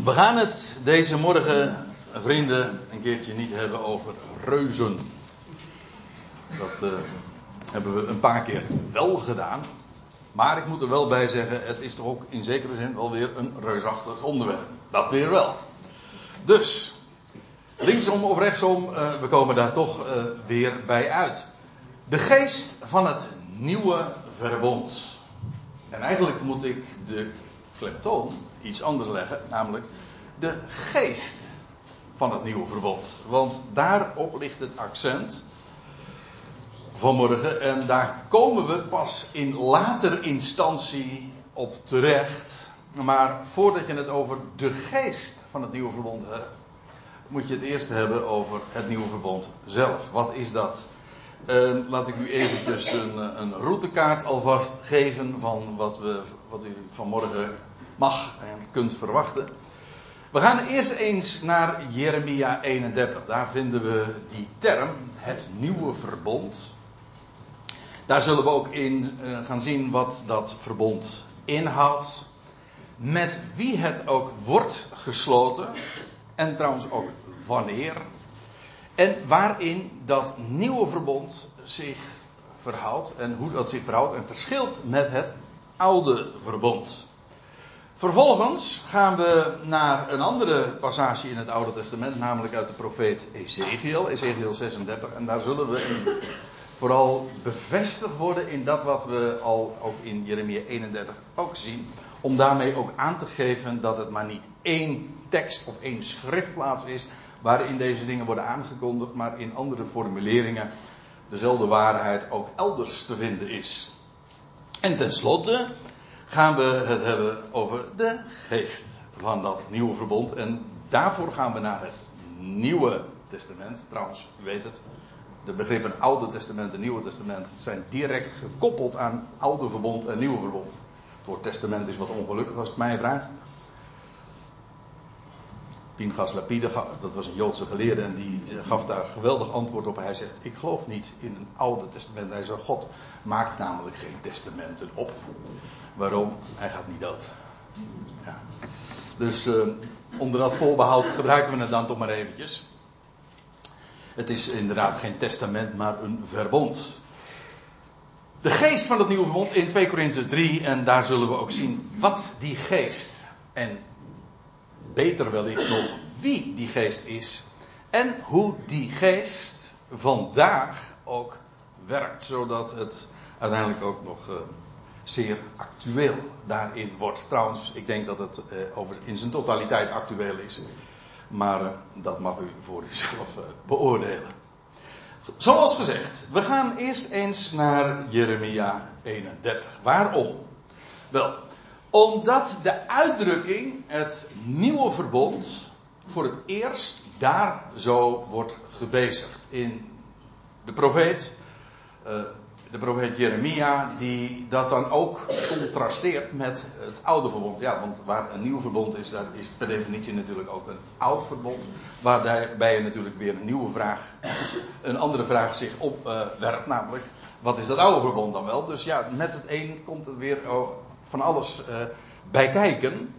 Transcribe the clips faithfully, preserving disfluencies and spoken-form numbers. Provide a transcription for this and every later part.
We gaan het deze morgen, vrienden, een keertje niet hebben over reuzen. Dat uh, hebben we een paar keer wel gedaan. Maar ik moet er wel bij zeggen, het is toch ook in zekere zin wel weer een reusachtig onderwerp. Dat weer wel. Dus, linksom of rechtsom, uh, we komen daar toch uh, weer bij uit. De geest van het nieuwe verbond. En eigenlijk moet ik de klemtoon iets anders leggen, namelijk de geest van het nieuwe verbond. Want daarop ligt het accent vanmorgen en daar komen we pas in later instantie op terecht. Maar voordat je het over de geest van het nieuwe verbond hebt, moet je het eerst hebben over het nieuwe verbond zelf. Wat is dat? Uh, laat ik u eventjes een, een routekaart alvast geven van wat, we, wat u vanmorgen mag en kunt verwachten. We gaan eerst eens naar Jeremia eenendertig. Daar vinden we die term, het nieuwe verbond. Daar zullen we ook in uh, gaan zien wat dat verbond inhoudt. Met wie het ook wordt gesloten. En trouwens ook wanneer. En waarin dat nieuwe verbond zich verhoudt. En hoe dat zich verhoudt en verschilt met het oude verbond. Vervolgens gaan we naar een andere passage in het Oude Testament. Namelijk uit de profeet Ezekiel. Ezekiel zesendertig. En daar zullen we in, vooral bevestigd worden in dat wat we al ook in Jeremia eenendertig ook zien. Om daarmee ook aan te geven dat het maar niet één tekst of één schriftplaats is waarin deze dingen worden aangekondigd, maar in andere formuleringen dezelfde waarheid ook elders te vinden is. En tenslotte gaan we het hebben over de geest van dat nieuwe verbond. En daarvoor gaan we naar het Nieuwe Testament. Trouwens, u weet het, de begrippen Oude Testament en Nieuwe Testament zijn direct gekoppeld aan Oude Verbond en Nieuwe Verbond. Het woord testament is wat ongelukkig als het mij vraagt. Pinchas Lapide, dat was een Joodse geleerde en die gaf daar geweldig antwoord op. Hij zegt, ik geloof niet in een Oude Testament. Hij zegt, God maakt namelijk geen testamenten op. Waarom? Hij gaat niet dood. Ja. Dus uh, onder dat voorbehoud gebruiken we het dan toch maar eventjes. Het is inderdaad geen testament, maar een verbond. De geest van het nieuwe verbond in twee Korinthe drie. En daar zullen we ook zien wat die geest en beter wellicht nog wie die geest is. En hoe die geest vandaag ook werkt. Zodat het uiteindelijk ook nog uh, zeer actueel daarin wordt. Trouwens, ik denk dat het uh, over in zijn totaliteit actueel is. Maar uh, dat mag u voor uzelf uh, beoordelen. Zoals gezegd, we gaan eerst eens naar Jeremia eenendertig. Waarom? Wel, omdat de uitdrukking het nieuwe verbond voor het eerst daar zo wordt gebezigd. In de profeet, uh, de profeet Jeremia, die dat dan ook contrasteert met het oude verbond. Ja, want waar een nieuw verbond is, daar is per definitie natuurlijk ook een oud verbond. Waarbij je natuurlijk weer een nieuwe vraag, een andere vraag zich opwerpt, uh, namelijk, wat is dat oude verbond dan wel? Dus ja, met het een komt er weer oh, van alles uh, bij kijken.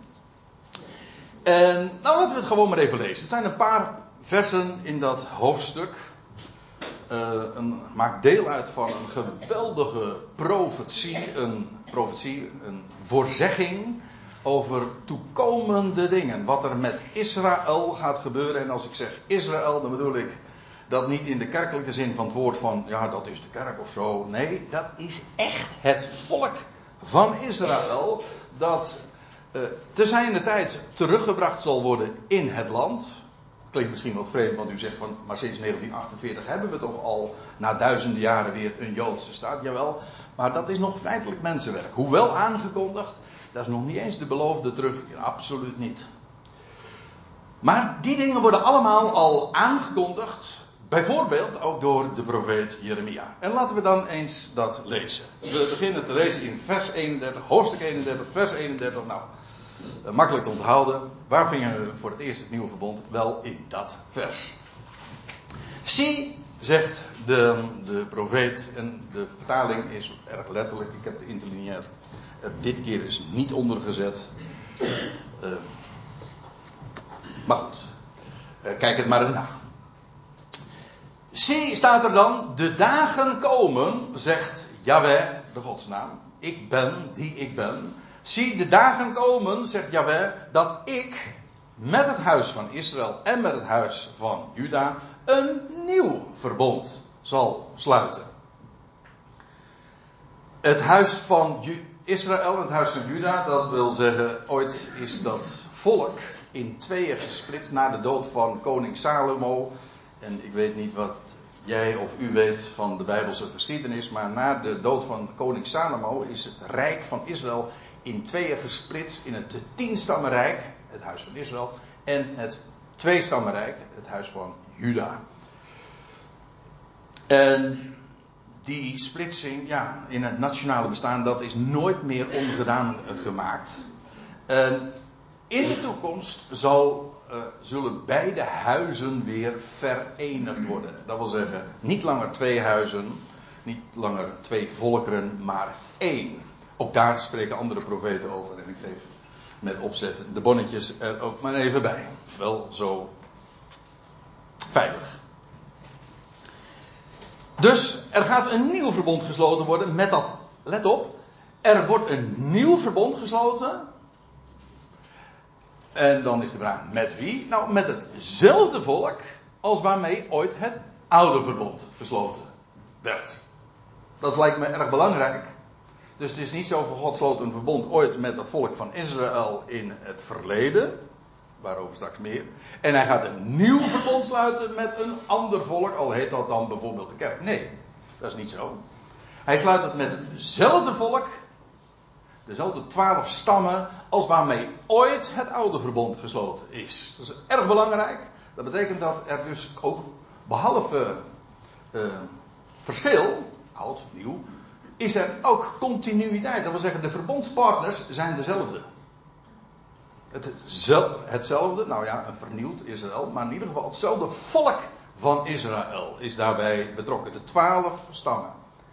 En nou, laten we het gewoon maar even lezen. Het zijn een paar versen in dat hoofdstuk. Uh, een, maakt deel uit van een geweldige profetie, een profetie, een voorzegging over toekomende dingen. Wat er met Israël gaat gebeuren. En als ik zeg Israël, dan bedoel ik dat niet in de kerkelijke zin van het woord van, ja, dat is de kerk of zo. Nee, dat is echt het volk van Israël dat uh, te zijner tijd teruggebracht zal worden in het land. Klinkt misschien wat vreemd, want u zegt van, maar sinds negentien achtenveertig hebben we toch al na duizenden jaren weer een Joodse staat. Jawel, maar dat is nog feitelijk mensenwerk. Hoewel aangekondigd, dat is nog niet eens de beloofde terugkeer. Absoluut niet. Maar die dingen worden allemaal al aangekondigd. Bijvoorbeeld ook door de profeet Jeremia. En laten we dan eens dat lezen. We beginnen te lezen in vers eenendertig, hoofdstuk eenendertig, vers eenendertig. Nou, makkelijk te onthouden. Waar vingen we voor het eerst het nieuwe verbond? Wel in dat vers. Zie, zegt de, de profeet, en de vertaling is erg letterlijk. Ik heb de interlineair er dit keer eens niet onder gezet. Uh, Maar goed, kijk het maar eens na. Zie, staat er dan, de dagen komen, zegt Jahweh, de godsnaam. Ik ben die ik ben. Zie, de dagen komen, zegt Jahweh, dat ik met het huis van Israël en met het huis van Juda een nieuw verbond zal sluiten. Het huis van Israël en het huis van Juda, dat wil zeggen, ooit is dat volk in tweeën gesplitst na de dood van koning Salomo. En ik weet niet wat jij of u weet van de Bijbelse geschiedenis, maar na de dood van koning Salomo is het rijk van Israël in tweeën gesplitst in het tienstammenrijk, het huis van Israël, en het tweestammenrijk, het huis van Juda. En die splitsing, ja, in het nationale bestaan, dat is nooit meer ongedaan gemaakt. En in de toekomst zal, uh, zullen beide huizen weer verenigd worden. Dat wil zeggen, niet langer twee huizen, niet langer twee volkeren, maar één. Ook daar spreken andere profeten over. En ik geef met opzet de bonnetjes er ook maar even bij. Wel zo veilig. Dus er gaat een nieuw verbond gesloten worden met dat, let op, er wordt een nieuw verbond gesloten. En dan is de vraag, met wie? Nou, met hetzelfde volk als waarmee ooit het oude verbond gesloten werd. Dat lijkt me erg belangrijk. Dus het is niet zo van God sloot een verbond ooit met het volk van Israël in het verleden. Waarover straks meer. En hij gaat een nieuw verbond sluiten met een ander volk. Al heet dat dan bijvoorbeeld de kerk. Nee, dat is niet zo. Hij sluit het met hetzelfde volk. Dezelfde twaalf stammen als waarmee ooit het oude verbond gesloten is. Dat is erg belangrijk. Dat betekent dat er dus ook, behalve uh, verschil, oud, nieuw, is er ook continuïteit. Dat wil zeggen, de verbondspartners zijn dezelfde. Het, hetzelfde, nou ja, een vernieuwd Israël, maar in ieder geval hetzelfde volk van Israël is daarbij betrokken. De twaalf stammen.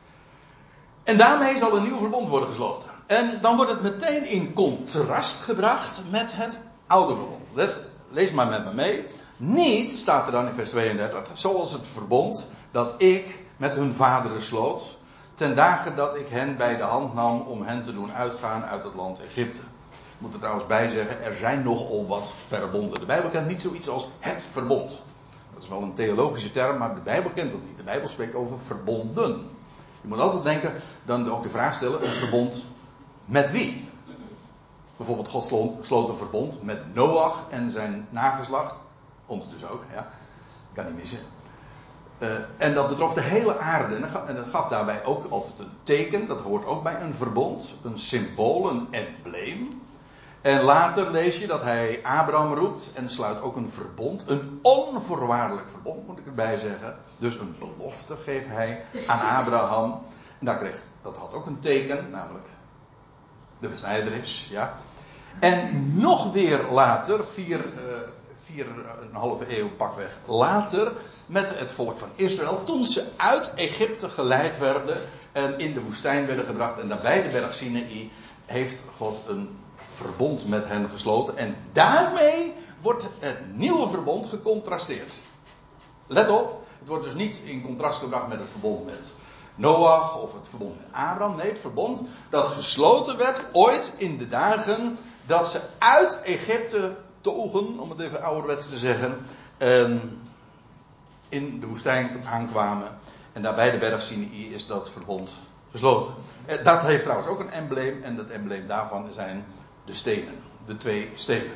En daarmee zal een nieuw verbond worden gesloten. En dan wordt het meteen in contrast gebracht met het oude verbond. Let, lees maar met me mee. Niet, staat er dan in vers tweeëndertig, zoals het verbond dat ik met hun vaderen sloot, ten dagen dat ik hen bij de hand nam om hen te doen uitgaan uit het land Egypte. Ik moet er trouwens bij zeggen, er zijn nogal wat verbonden. De Bijbel kent niet zoiets als het verbond. Dat is wel een theologische term, maar de Bijbel kent dat niet. De Bijbel spreekt over verbonden. Je moet altijd denken, dan ook de vraag stellen, een verbond met wie? Bijvoorbeeld God sloot een verbond met Noach en zijn nageslacht. Ons dus ook, ja. Kan niet missen. Uh, en dat betrof de hele aarde. En dat gaf daarbij ook altijd een teken. Dat hoort ook bij een verbond. Een symbool, een embleem. En later lees je dat hij Abraham roept en sluit ook een verbond. Een onvoorwaardelijk verbond, moet ik erbij zeggen. Dus een belofte geeft hij aan Abraham. En daar kreeg, dat had ook een teken, namelijk de besnijderis. Ja. En nog weer later, vier, uh, vier een halve eeuw pakweg later, met het volk van Israël, toen ze uit Egypte geleid werden en in de woestijn werden gebracht en daarbij de berg Sinaï, heeft God een verbond met hen gesloten. En daarmee wordt het nieuwe verbond gecontrasteerd. Let op, het wordt dus niet in contrast gebracht met het verbond met Noach of het verbond met Abraham. Nee, het verbond dat gesloten werd ooit in de dagen dat ze uit Egypte togen, om het even ouderwets te zeggen, en in de woestijn aankwamen. En daar bij de berg Sinaï is dat verbond gesloten. Dat heeft trouwens ook een embleem en dat embleem daarvan zijn de stenen. De twee stenen.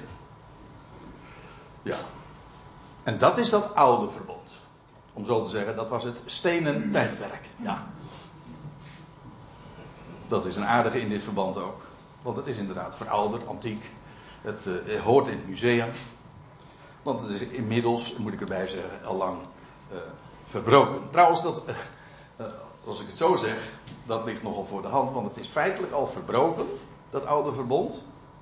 Ja. En dat is dat oude verbond. Om zo te zeggen, dat was het stenen tijdperk. Ja. Dat is een aardige in dit verband ook. Want het is inderdaad verouderd, antiek. Het uh, hoort in het museum. Want het is inmiddels, moet ik erbij zeggen, al lang uh, verbroken. Trouwens, dat, uh, uh, als ik het zo zeg, dat ligt nogal voor de hand. Want het is feitelijk al verbroken, dat oude verbond.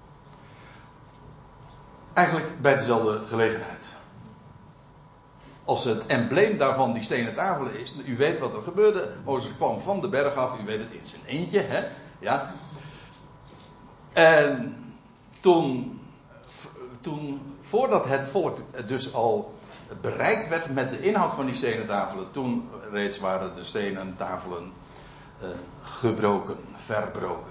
Eigenlijk bij dezelfde gelegenheid. Als het embleem daarvan die stenen tafelen is. U weet wat er gebeurde. Mozes kwam van de berg af. U weet het in zijn eentje. Hè? Ja. En toen, toen voordat het volk dus al bereikt werd met de inhoud van die stenen tafelen, toen reeds waren de stenen tafelen uh, gebroken, verbroken.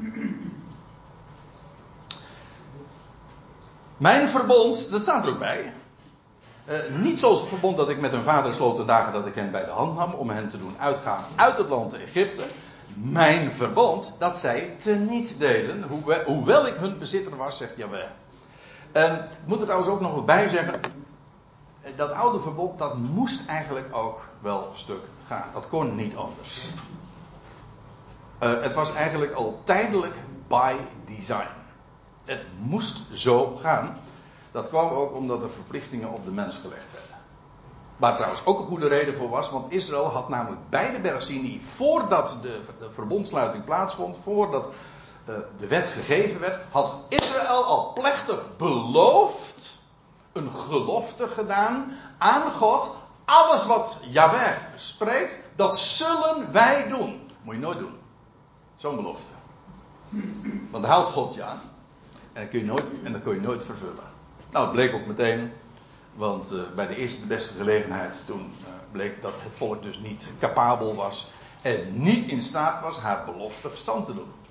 Mijn verbond, dat staat er ook bij. Uh, niet zoals het verbond dat ik met hun vader sloot de dagen dat ik hen bij de hand nam om hen te doen uitgaan uit het land Egypte. Mijn verbond, dat zij teniet deden, hoewel, hoewel ik hun bezitter was, zegt Jahweh. En ik moet er trouwens ook nog wat bij zeggen. Dat oude verbond, dat moest eigenlijk ook wel stuk gaan. Dat kon niet anders. Uh, het was eigenlijk al tijdelijk by design. Het moest zo gaan. Dat kwam ook omdat er verplichtingen op de mens gelegd werden. Waar trouwens ook een goede reden voor was. Want Israël had namelijk bij de berg Sinai, voordat de, de verbondsluiting plaatsvond, voordat uh, de wet gegeven werd, had Israël al plechtig beloofd, een gelofte gedaan aan God. Alles wat Jahweh spreekt, dat zullen wij doen. Moet je nooit doen. Zo'n belofte. Want daar houdt God je aan. En dat kun je nooit, en dat kun je nooit vervullen. Nou, het bleek ook meteen. Want uh, bij de eerste de beste gelegenheid, toen uh, bleek dat het volk dus niet capabel was. En niet in staat was haar belofte gestand te doen.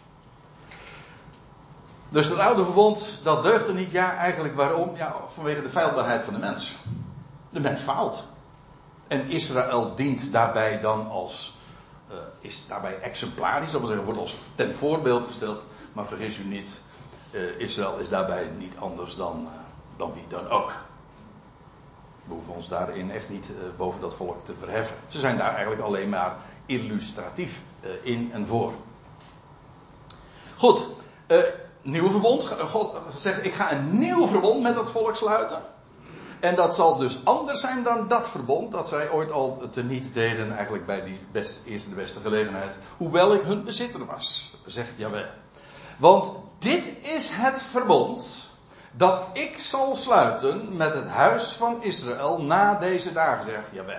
Dus dat oude verbond, dat deugde niet. Ja, eigenlijk waarom? Ja, vanwege de feilbaarheid van de mens. De mens faalt. En Israël dient daarbij dan als... Uh, is daarbij exemplarisch. Dat wil zeggen, wordt als ten voorbeeld gesteld. Maar vergis u niet. Uh, Israël is daarbij niet anders dan, uh, dan wie dan ook. We hoeven ons daarin echt niet uh, boven dat volk te verheffen. Ze zijn daar eigenlijk alleen maar illustratief uh, in en voor. Goed. Uh, nieuw verbond. God zegt, ik ga een nieuw verbond met dat volk sluiten. En dat zal dus anders zijn dan dat verbond dat zij ooit al teniet deden, eigenlijk bij die best, eerste de beste gelegenheid. Hoewel ik hun bezitter was, zegt Jahweh. Want dit is het verbond dat ik zal sluiten met het huis van Israël na deze dagen, zegt Jahweh.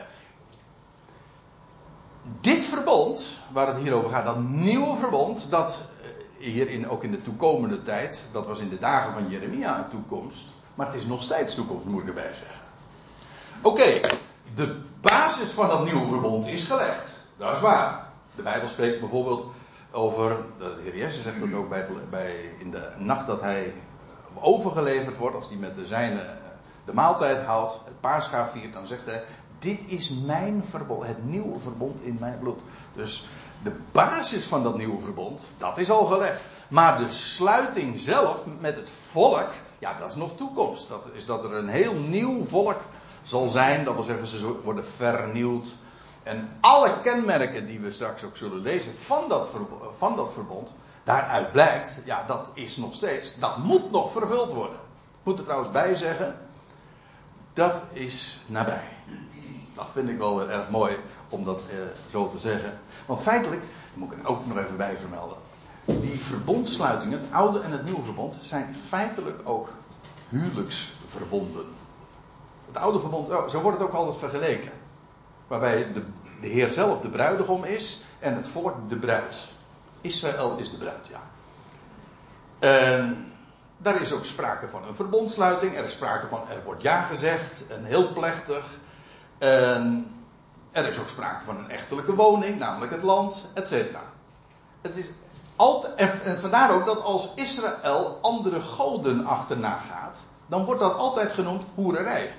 Dit verbond, waar het hier over gaat, dat nieuwe verbond, dat hier in, ook in de toekomende tijd, dat was in de dagen van Jeremia een toekomst. Maar het is nog steeds toekomst, moet ik erbij zeggen. Oké, okay, de basis van dat nieuwe verbond is gelegd. Dat is waar. De Bijbel spreekt bijvoorbeeld over, de Heer Jezus zegt dat ook bij, bij in de nacht dat hij overgeleverd wordt, als hij met de zijnen de maaltijd houdt, het Paascha viert, dan zegt hij, dit is mijn verbond, het nieuwe verbond in mijn bloed. Dus de basis van dat nieuwe verbond, dat is al gelegd. Maar de sluiting zelf met het volk, ja, dat is nog toekomst. Dat is dat er een heel nieuw volk zal zijn. Dat wil zeggen, ze worden vernieuwd. En alle kenmerken die we straks ook zullen lezen van dat, verbond, van dat verbond, daaruit blijkt, ja, dat is nog steeds, dat moet nog vervuld worden. Ik moet er trouwens bij zeggen, dat is nabij. Dat vind ik wel weer erg mooi om dat eh, zo te zeggen. Want feitelijk, daar moet ik er ook nog even bij vermelden, die verbondsluitingen, het oude en het nieuwe verbond, zijn feitelijk ook huwelijksverbonden. Het oude verbond, oh, zo wordt het ook altijd vergeleken. Waarbij de, de Heer zelf de bruidegom is en het volk de bruid. Israël is de bruid, ja. En daar is ook sprake van een verbondsluiting. Er is sprake van, er wordt ja gezegd en heel plechtig. En er is ook sprake van een echtelijke woning, namelijk het land, et cetera. Het is altijd, en vandaar ook dat als Israël andere goden achterna gaat, dan wordt dat altijd genoemd hoererij.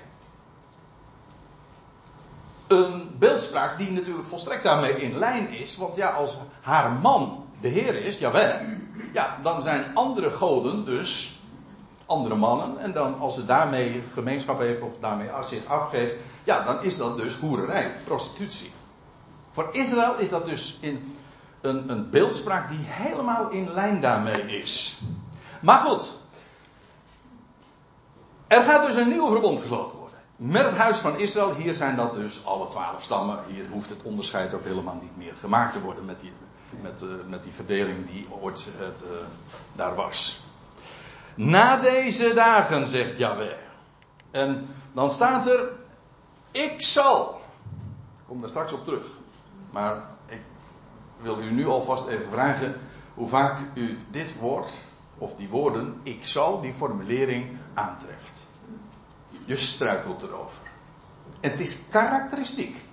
Een beeldspraak die natuurlijk volstrekt daarmee in lijn is. Want ja, als haar man de Heer is, Jahweh, ja, dan zijn andere goden dus andere mannen. En dan als ze daarmee gemeenschap heeft of daarmee zich afgeeft, ja, dan is dat dus hoererij, prostitutie. Voor Israël is dat dus in een, een beeldspraak die helemaal in lijn daarmee is. Maar goed, er gaat dus een nieuw verbond gesloten worden. Met het huis van Israël, hier zijn dat dus alle twaalf stammen. Hier hoeft het onderscheid ook helemaal niet meer gemaakt te worden met die, met, uh, met die verdeling die ooit het, uh, daar was. Na deze dagen, zegt Jahweh. En dan staat er, ik zal. Ik kom daar straks op terug. Maar ik wil u nu alvast even vragen hoe vaak u dit woord, of die woorden, ik zal, die formulering aantreft. Je struikelt erover. En het is karakteristiek.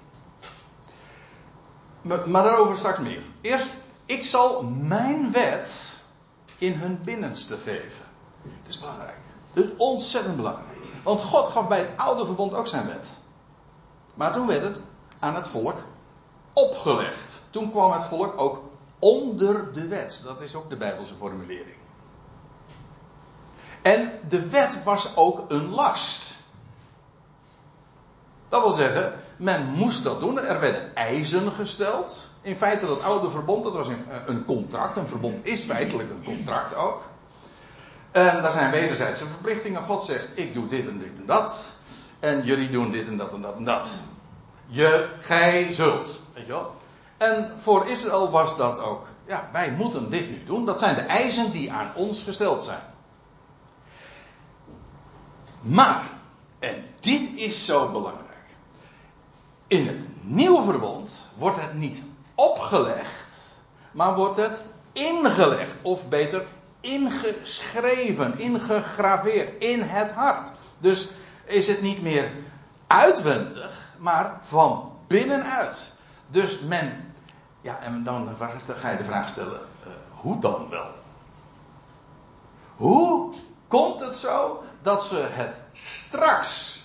Maar, maar daarover straks meer. Eerst, ik zal mijn wet in hun binnenste geven. Het is belangrijk. Het is ontzettend belangrijk. Want God gaf bij het oude verbond ook zijn wet. Maar toen werd het aan het volk opgelegd. Toen kwam het volk ook onder de wet. Dat is ook de Bijbelse formulering. En de wet was ook een last. Dat wil zeggen, men moest dat doen. Er werden eisen gesteld. In feite dat oude verbond, dat was een contract. Een verbond is feitelijk een contract ook. En daar zijn wederzijdse verplichtingen. God zegt, ik doe dit en dit en dat. En jullie doen dit en dat en dat en dat. Je, gij zult. Weet je wel. En voor Israël was dat ook. Ja, wij moeten dit nu doen. Dat zijn de eisen die aan ons gesteld zijn. Maar, en dit is zo belangrijk. In het nieuwe verbond wordt het niet opgelegd, maar wordt het ingelegd. Of beter, ingeschreven, ingegraveerd in het hart. Dus is het niet meer uitwendig, maar van binnenuit. Dus men, ja, en dan ga je de vraag stellen, uh, hoe dan wel? Hoe komt het zo dat ze het straks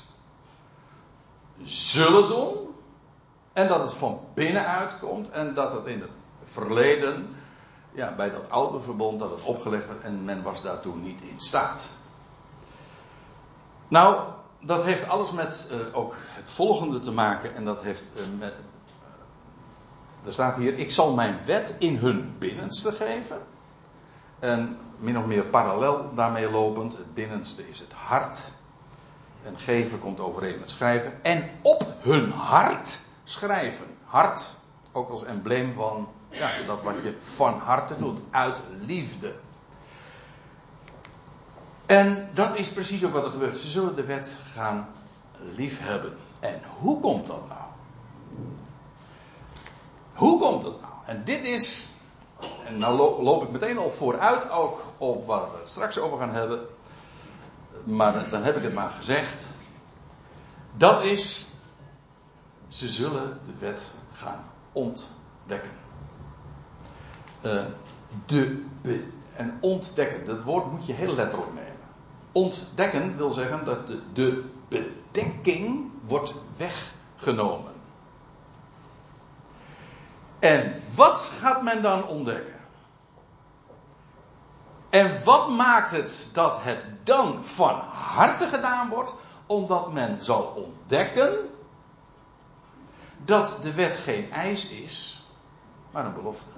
zullen doen en dat het van binnenuit komt en dat het in het verleden, ja, bij dat oude verbond, dat het opgelegd werd en men was daartoe niet in staat? Nou, dat heeft alles met uh, ook het volgende te maken en dat heeft uh, met, uh, er staat hier, ik zal mijn wet in hun binnenste geven. En min of meer parallel daarmee lopend, het binnenste is het hart. En geven komt overeen met schrijven. En op hun hart schrijven. Hart, ook als embleem van ja, dat wat je van harte doet, uit liefde. En dat is precies ook wat er gebeurt. Ze zullen de wet gaan liefhebben. En hoe komt dat nou? Hoe komt dat nou? En dit is, en nou loop ik meteen al vooruit ook op waar we het straks over gaan hebben. Maar dan heb ik het maar gezegd. Dat is, ze zullen de wet gaan ontdekken. Uh, de, be, en ontdekken, dat woord moet je heel letterlijk nemen. Ontdekken wil zeggen dat de, de bedekking wordt weggenomen. En wat gaat men dan ontdekken? En wat maakt het dat het dan van harte gedaan wordt? Omdat men zal ontdekken dat de wet geen eis is, maar een belofte.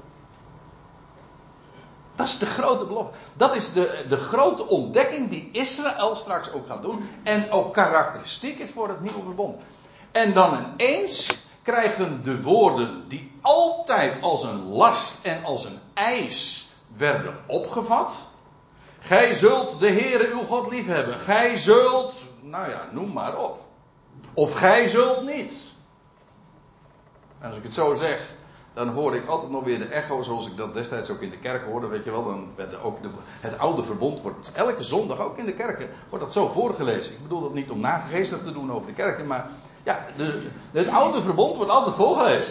Dat is de grote belofte. Dat is de, de grote ontdekking die Israël straks ook gaat doen. En ook karakteristiek is voor het nieuwe verbond. En dan ineens krijgen de woorden die altijd als een last en als een eis werden opgevat. Gij zult de Heere uw God liefhebben. Gij zult, nou ja, noem maar op. Of gij zult niet. En als ik het zo zeg, dan hoor ik altijd nog weer de echo zoals ik dat destijds ook in de kerk hoorde. Weet je wel, dan werden ook de, het oude verbond wordt elke zondag ook in de kerken wordt dat zo voorgelezen. Ik bedoel dat niet om nageestig te doen over de kerken, maar ja, de, het oude verbond wordt altijd voorgelezen.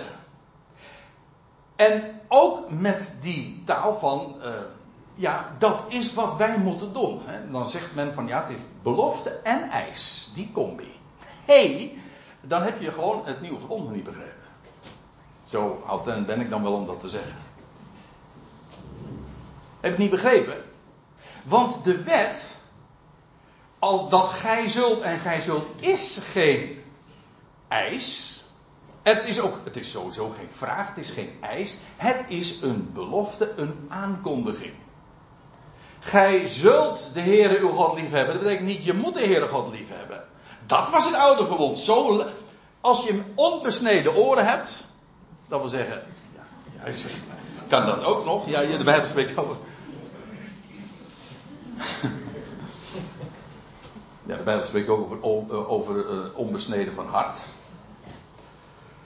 En ook met die taal van, uh, ja, dat is wat wij moeten doen. Hè. Dan zegt men van, ja, het is belofte en eis, die combi. Hé, hey, dan heb je gewoon het nieuwe verbond nog niet begrepen. Zo oud ben ik dan wel om dat te zeggen. Heb je het niet begrepen? Want de wet, als dat gij zult en gij zult, is geen eis. Het is ook, het is sowieso geen vraag, het is geen eis. Het is een belofte, een aankondiging. Gij zult de Heere uw God liefhebben. Dat betekent niet, je moet de Heere God liefhebben. Dat was het oude verbond. Zo, als je onbesneden oren hebt, dat wil zeggen, ja, juist, kan dat ook nog? Ja, de Bijbel spreekt over. Ja, de Bijbel spreekt ook over, over uh, onbesneden van hart.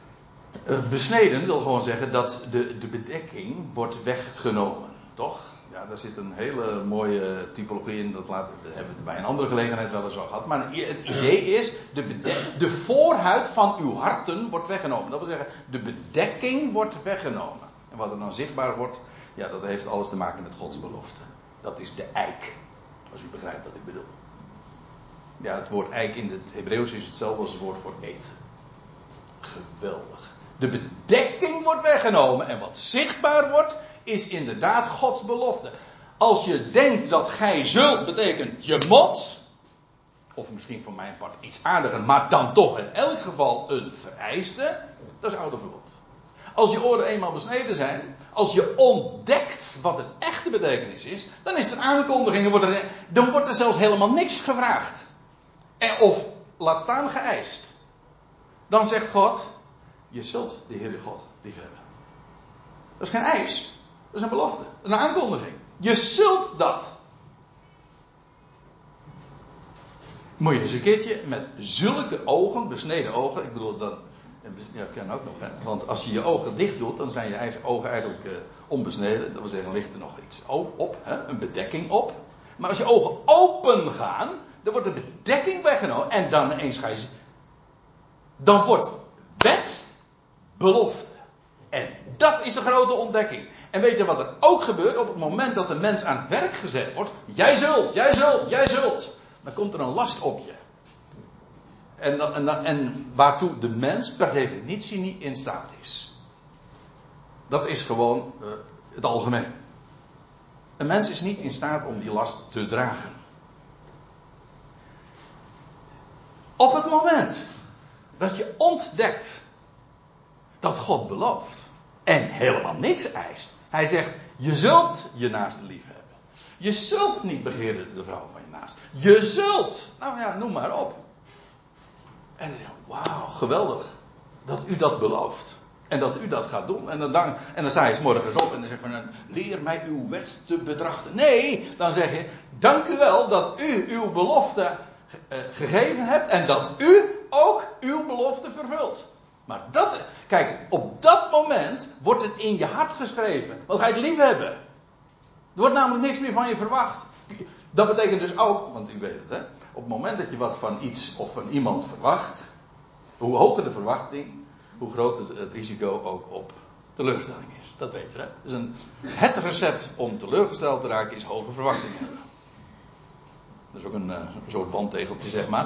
Uh, besneden wil gewoon zeggen dat de, de bedekking wordt weggenomen, toch? Ja, daar zit een hele mooie typologie in. Dat, laat, dat hebben we bij een andere gelegenheid wel eens al gehad. Maar het idee is, de, bedek, de voorhuid van uw harten wordt weggenomen. Dat wil zeggen, de bedekking wordt weggenomen. En wat er dan zichtbaar wordt, ja, dat heeft alles te maken met Gods belofte. Dat is de eik. Als u begrijpt wat ik bedoel. Ja, het woord eik in het Hebreeuws is hetzelfde als het woord voor eed. Geweldig. De bedekking wordt weggenomen. En wat zichtbaar wordt, is inderdaad Gods belofte. Als je denkt dat gij zult, betekent je moet. Of misschien van mijn part iets aardiger, maar dan toch in elk geval een vereiste. Dat is oude verbond. Als je oren eenmaal besneden zijn, als je ontdekt wat een echte betekenis is, dan is het een aankondiging, dan wordt er, dan wordt er zelfs helemaal niks gevraagd. En of, laat staan, geëist. Dan zegt God, je zult de Heere God liefhebben. Dat is geen eis, dat is een belofte, een aankondiging. Je zult dat. Moet je eens een keertje met zulke ogen, besneden ogen, ik bedoel dat, ja, dat kan ook nog, hè. Want als je je ogen dicht doet, dan zijn je eigen ogen eigenlijk uh, onbesneden. Dat wil zeggen, ligt er nog iets op, hè, een bedekking op. Maar als je ogen open gaan, dan wordt de bedekking weggenomen. En dan eens ga je, dan wordt wet belofte. En dat is de grote ontdekking. En weet je wat er ook gebeurt op het moment dat de mens aan het werk gezet wordt? Jij zult, jij zult, jij zult. Dan komt er een last op je. En, en, en waartoe de mens per definitie niet in staat is. Dat is gewoon uh, het algemeen. Een mens is niet in staat om die last te dragen. Op het moment dat je ontdekt dat God belooft en helemaal niks eist. Hij zegt, je zult je naaste lief hebben. Je zult niet begeren de vrouw van je naast. Je zult, nou ja, noem maar op. En dan zeg je, wauw, geweldig dat u dat belooft. En dat u dat gaat doen. En dan, dan, en dan sta je 's morgens op en dan zeg je van, leer mij uw wet te betrachten. Nee, dan zeg je, dank u wel dat u uw belofte uh, gegeven hebt. En dat u ook uw belofte vervult. Maar dat, kijk, op dat moment wordt het in je hart geschreven. Want ga je het lief hebben. Er wordt namelijk niks meer van je verwacht. Dat betekent dus ook, want u weet het, hè. Op het moment dat je wat van iets of van iemand verwacht. Hoe hoger de verwachting, hoe groter het risico ook op teleurstelling is. Dat weten we, hè. Dus een, het recept om teleurgesteld te raken is hoge verwachtingen hebben. Dat is ook een, een soort bandtegeltje, zeg maar.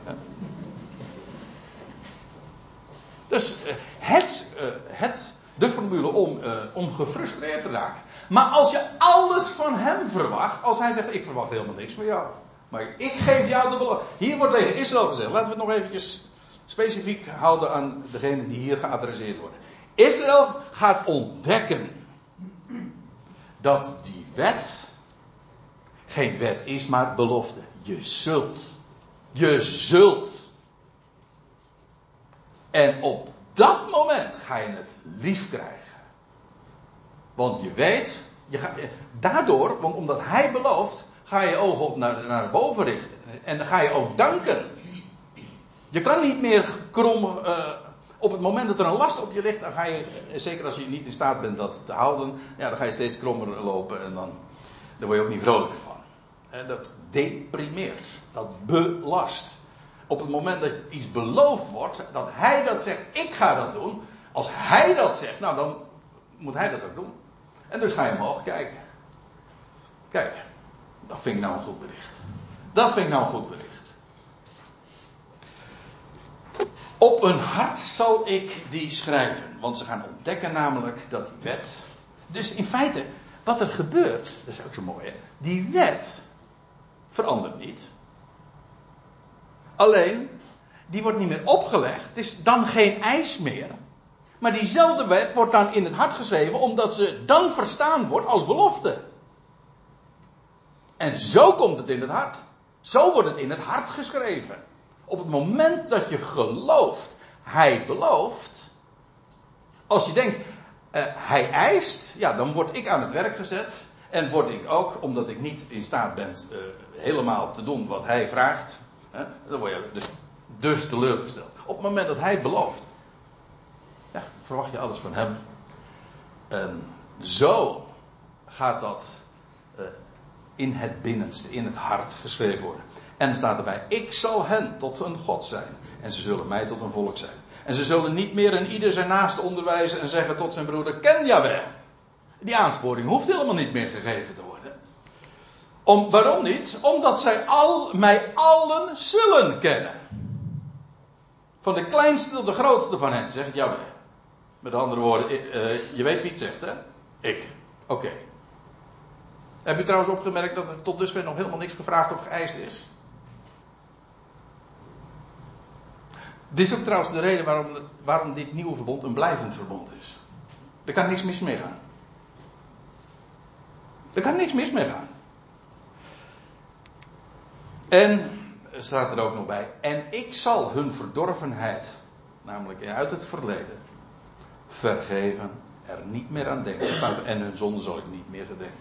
Dus het, het, de formule om, uh, om gefrustreerd te raken. Maar als je alles van hem verwacht. Als hij zegt, ik verwacht helemaal niks van jou. Maar ik geef jou de belofte. Hier wordt tegen Israël gezegd. Laten we het nog eventjes specifiek houden aan degene die hier geadresseerd worden. Israël gaat ontdekken dat die wet geen wet is, maar belofte. Je zult. Je zult. En op dat moment ga je het lief krijgen. Want je weet, je gaat, daardoor, want omdat hij belooft, ga je je ogen op naar, naar boven richten. En dan ga je ook danken. Je kan niet meer krom, uh, op het moment dat er een last op je ligt, dan ga je, zeker als je niet in staat bent dat te houden, ja, dan ga je steeds krommer lopen en dan, daar word je ook niet vrolijk van. En dat deprimeert, dat belast. Op het moment dat iets beloofd wordt, dat hij dat zegt, ik ga dat doen. Als hij dat zegt, nou dan moet hij dat ook doen. En dus ga je omhoog kijken. Kijk, dat vind ik nou een goed bericht. Dat vind ik nou een goed bericht. Op een hart zal ik die schrijven. Want ze gaan ontdekken namelijk dat die wet. Dus in feite, wat er gebeurt, dat is ook zo mooi, hè? Die wet verandert niet. Alleen, die wordt niet meer opgelegd. Het is dan geen eis meer. Maar diezelfde wet wordt dan in het hart geschreven, omdat ze dan verstaan wordt als belofte. En zo komt het in het hart. Zo wordt het in het hart geschreven. Op het moment dat je gelooft, hij belooft. Als je denkt, uh, hij eist, ja, dan word ik aan het werk gezet. En word ik ook, omdat ik niet in staat ben uh, helemaal te doen wat hij vraagt. Hè, dan word je dus, dus teleurgesteld. Op het moment dat hij belooft, ja, verwacht je alles van hem. En zo gaat dat uh, in het binnenste, in het hart geschreven worden. En er staat erbij, ik zal hen tot een God zijn. En ze zullen mij tot een volk zijn. En ze zullen niet meer een ieder zijn naaste onderwijzen en zeggen tot zijn broeder, ken Jahweh. Die aansporing hoeft helemaal niet meer gegeven te worden. Om, waarom niet? Omdat zij al, mij allen zullen kennen. Van de kleinste tot de grootste van hen, zegt Jahweh. Met andere woorden, uh, je weet wie het zegt, hè? Ik. Oké. Okay. Heb je trouwens opgemerkt dat er tot dusver nog helemaal niks gevraagd of geëist is? Dit is ook trouwens de reden waarom, waarom dit nieuwe verbond een blijvend verbond is. Er kan niks mis mee gaan. Er kan niks mis mee gaan. En er staat er ook nog bij. En ik zal hun verdorvenheid, namelijk uit het verleden, vergeven, er niet meer aan denken. En hun zonde zal ik niet meer gedenken.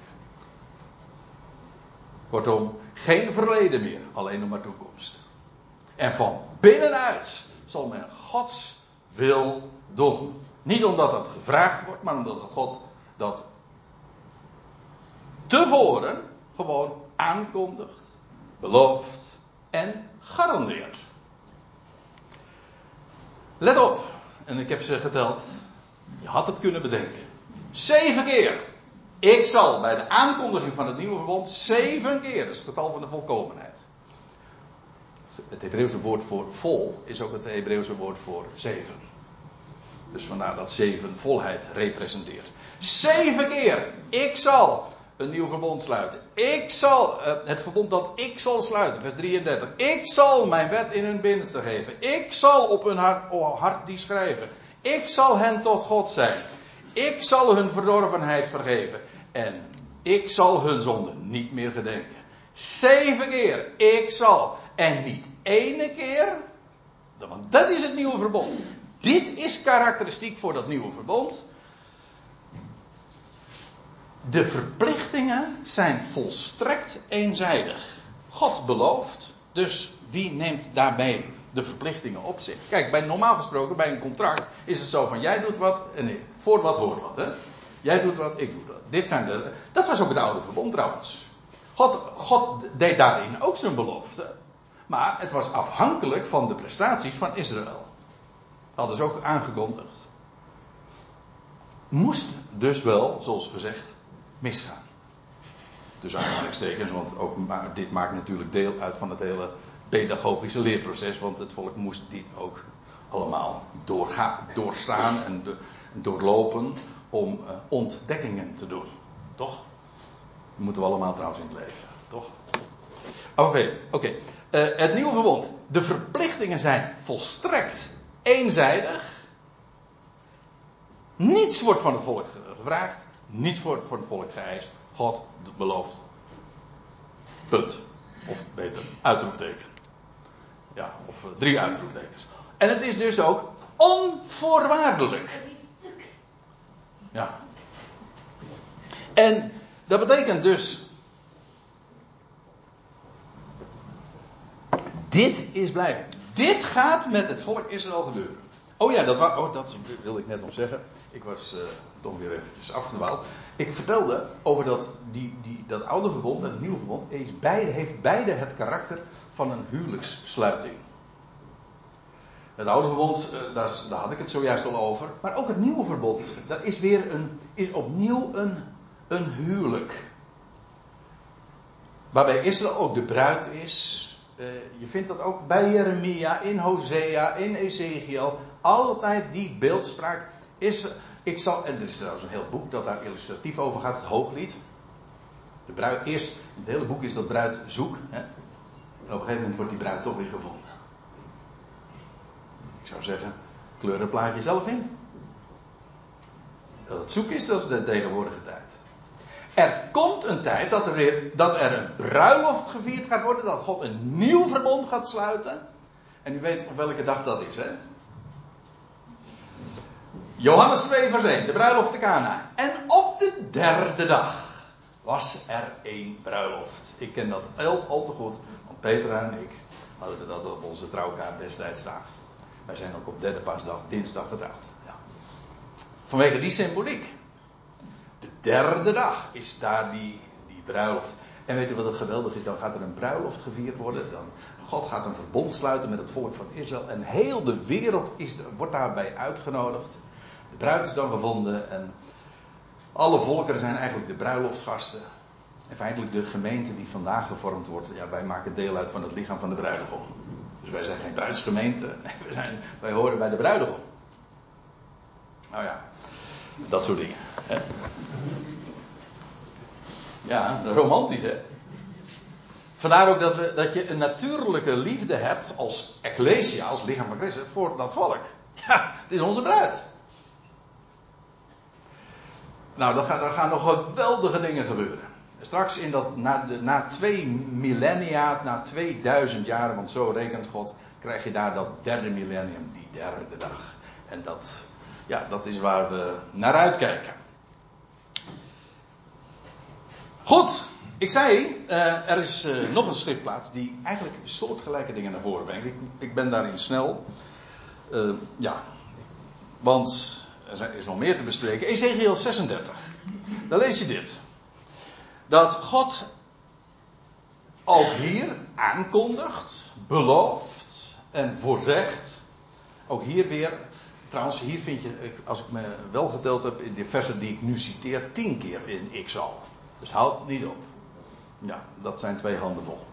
Kortom, geen verleden meer, alleen nog maar toekomst. En van binnenuit zal men Gods wil doen. Niet omdat dat gevraagd wordt, maar omdat God dat tevoren gewoon aankondigt, belooft en garandeert. Let op, en ik heb ze geteld. Je had het kunnen bedenken. Zeven keer. Ik zal bij de aankondiging van het nieuwe verbond zeven keer. Dat is het getal van de volkomenheid. Het Hebreeuwse woord voor vol is ook het Hebreeuwse woord voor zeven. Dus vandaar dat zeven volheid representeert. Zeven keer. Ik zal een nieuw verbond sluiten. Ik zal, uh, het verbond dat ik zal sluiten. Vers drieëndertig. Ik zal mijn wet in hun binnenste geven. Ik zal op hun hart, oh, hart die schrijven. Ik zal hen tot God zijn. Ik zal hun verdorvenheid vergeven. En ik zal hun zonde niet meer gedenken. Zeven keer. Ik zal. En niet ene keer. Want dat is het nieuwe verbond. Dit is karakteristiek voor dat nieuwe verbond. De verplichtingen zijn volstrekt eenzijdig. God belooft. Dus wie neemt daarbij de verplichtingen op zich? Kijk, bij, normaal gesproken bij een contract is het zo van jij doet wat en nee, voor wat hoort wat. Hè? Jij doet wat, ik doe dat. Dit zijn de, dat was ook het oude verbond trouwens. God, God deed daarin ook zijn belofte. Maar het was afhankelijk van de prestaties van Israël. Dat hadden ze ook aangekondigd. Moest dus wel, zoals gezegd, misgaan. Dus aanhalingstekens, want ook, maar dit maakt natuurlijk deel uit van het hele pedagogische leerproces. Want het volk moest dit ook allemaal doorga, doorstaan en de, doorlopen om uh, ontdekkingen te doen. Toch? Dat moeten we allemaal trouwens in het leven. Toch? Oké, okay, okay. uh, het nieuwe verbond. De verplichtingen zijn volstrekt eenzijdig. Niets wordt van het volk gevraagd. Niets wordt van het volk geëist. God belooft. Punt. Of beter, uitroepteken. Ja, of uh, drie uitroeptekens. En het is dus ook onvoorwaardelijk. Ja. En dat betekent dus. Dit is blijven. Dit gaat met het volk Israël gebeuren. Oh ja, dat, wa- oh, dat wilde ik net nog zeggen. Ik was uh, toch weer eventjes afgedwaald. Ik vertelde over dat, die, die, dat oude verbond en het nieuwe verbond. Is beide, heeft beide het karakter van een huwelijkssluiting. Het oude verbond, uh, daar, daar had ik het zojuist al over. Maar ook het nieuwe verbond. Dat is weer een, is opnieuw een, een huwelijk. Waarbij Israël ook de bruid is. Uh, je vindt dat ook bij Jeremia, in Hosea, in Ezekiel. Altijd die beeldspraak is. Ik zal, en er is trouwens een heel boek dat daar illustratief over gaat, het Hooglied. De bruid, eerst, in het hele boek is dat bruid zoek. Hè? En op een gegeven moment wordt die bruid toch weer gevonden. Ik zou zeggen, kleur het plaatje zelf in. Dat het zoek is, dat is de tegenwoordige tijd. Er komt een tijd dat er, weer, dat er een bruiloft gevierd gaat worden. Dat God een nieuw verbond gaat sluiten. En u weet op welke dag dat is, hè? Johannes twee vers één. De bruiloft te Kana. En op de derde dag was er één bruiloft. Ik ken dat heel al te goed. Want Petra en ik hadden dat op onze trouwkaart destijds staan. Wij zijn ook op derde paasdag, dinsdag getrouwd. Ja. Vanwege die symboliek. De derde dag is daar die, die bruiloft. En weet u wat het geweldig is? Dan gaat er een bruiloft gevierd worden. Dan, God gaat een verbond sluiten met het volk van Israël. En heel de wereld is, wordt daarbij uitgenodigd. De bruid is dan gevonden. En alle volkeren zijn eigenlijk de bruiloftsgasten. En feitelijk de gemeente die vandaag gevormd wordt. Ja, wij maken deel uit van het lichaam van de bruidegom. Dus wij zijn geen bruidsgemeente. Nee, wij, zijn, wij horen bij de bruidegom. Nou ja, dat soort dingen. Hè? Ja, romantisch hè. Vandaar ook dat, we, dat je een natuurlijke liefde hebt als ecclesia, als lichaam van Christus, voor dat volk. Ja, het is onze bruid. Nou, dan gaan, dan gaan nog geweldige dingen gebeuren. Straks in dat, na, de, na twee millennia, na tweeduizend jaren, want zo rekent God, krijg je daar dat derde millennium, die derde dag. En dat, ja, dat is waar we naar uitkijken. Goed, ik zei, uh, er is uh, nog een schriftplaats die eigenlijk soortgelijke dingen naar voren brengt. Ik, ik ben daarin snel. Uh, ja, want er is nog meer te bespreken. Ezekiel zesendertig. Dan lees je dit. Dat God ook hier aankondigt, belooft en voorzegt. Ook hier weer, trouwens hier vind je, als ik me wel geteld heb in de versen die ik nu citeer, tien keer in ik zal. Dus houd niet op. Ja, dat zijn twee handen vol.